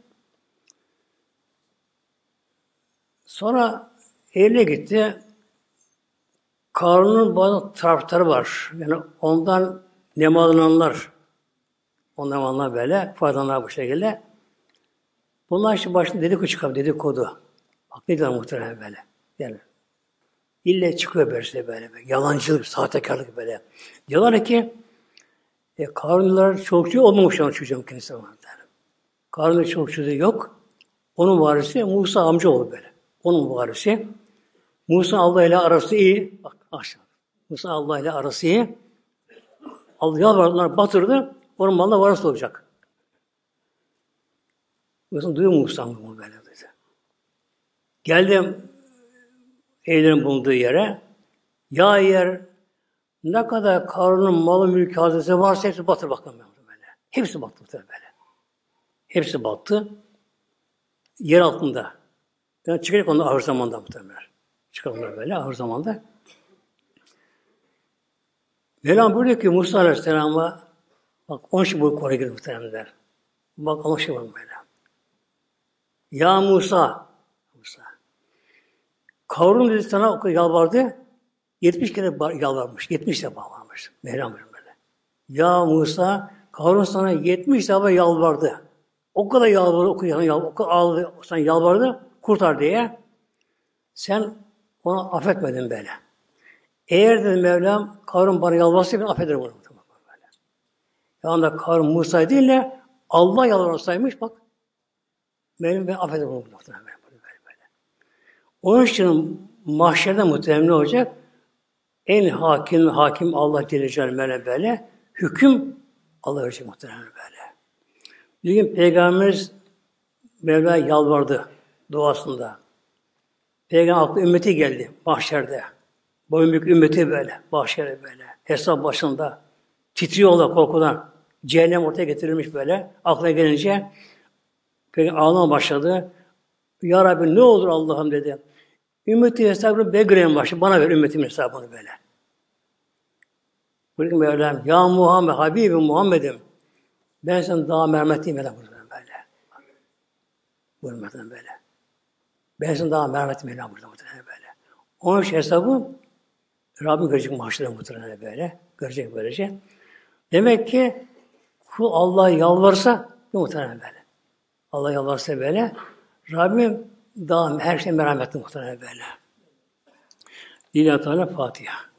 Sonra evine gitti. Karun'un bazı taraftarı var. Yani ondan nemalananlar. Ondan böyle faydalanlar bu şekilde. Bunlar işte başında dedikodu çıkıyor, dedikodu. Bak ne diyorlar muhtemelen böyle. Yani ille çıkıyor böyle. Yalancılık, sahtekarlık böyle. Diyorlar ki Karunlar çolukçu olmamış onun çocuğun kendisi var. Karun'un çolukçu yok. Onun varisi Musa amca oldu böyle. Onun varisi. Musa Allah ile arası iyi. Bak aşağı. Musa Allah ile arası iyi. Allah yalvardılar, batırdı. Ormanda varası olacak. Musa duyuyor Musa bunu böyle dedi. Geldim Eylül'ün bulunduğu yere. Ya yer ne kadar Karun'un malı mülkü hazinesi varsa hepsi batır bakalım böyle. Hepsi battı böyle. Hepsi battı. Yer altında. Yani çıkacak onlar ahir zamanda muhtemelen. Çıkarlar böyle ahir zamanda. Mevlam buyuruyor ki Musa Aleyhisselam'a bak 10 şey boyu Kore'ye girdi muhtemelen. Bak 10 şey var böyle. Ya Musa Karun dedi sana o kadar yalvardı. 70 kere yalvarmış. 70 defa varmış. Mevlam böyle. Ya Musa Karun sana 70 defa yalvardı. O kadar yalvardı, o kadar ağladı, sana yalvardı, kurtar diye. Sen onu affetmedin böyle. Eğer dedi Mevlam, Karun bana yalvarsa ben affederim onu. Yani da Karun Musa değil de Allah yalvarsaymış bak. Mevlam ben affederim onu. Onun için mahşerde muhtemelen ne olacak? En hakim Allah Celle Celaluhu böyle. Hüküm Allah verecek muhtemelen böyle. Bir gün Peygamberimiz Mevla'ya yalvardı duasında. Peygamber aklı ümmeti geldi mahşerde. Boyun büyük ümmeti böyle, mahşerde böyle. Hesap başında. Titriyorlar korkudan. Cehennem ortaya getirilmiş böyle. Aklına gelince Peygamber ağlamaya başladı. Ya Rabbi ne olur Allah'ım dedi. Ümmeti hesabını begreyen başladı. Bana ver ümmetimin hesabını böyle. Buyurun Mevlam. Ya Muhammed, Habibim Muhammed'im. Ben sana daha merhametliyim böyle. Buyurun böyle. Ben sana daha merhametliyim böyle. Onun için hesabı Rabbim görecek mahşere muhtemelen böyle. Görecek böylece. Demek ki kul Allah'a yalvarsa muhtemelen böyle. Allah yalvarsa böyle. Rabbim daha her şey merhametli muhtemelen böyle. Lillahi Teala Fatiha.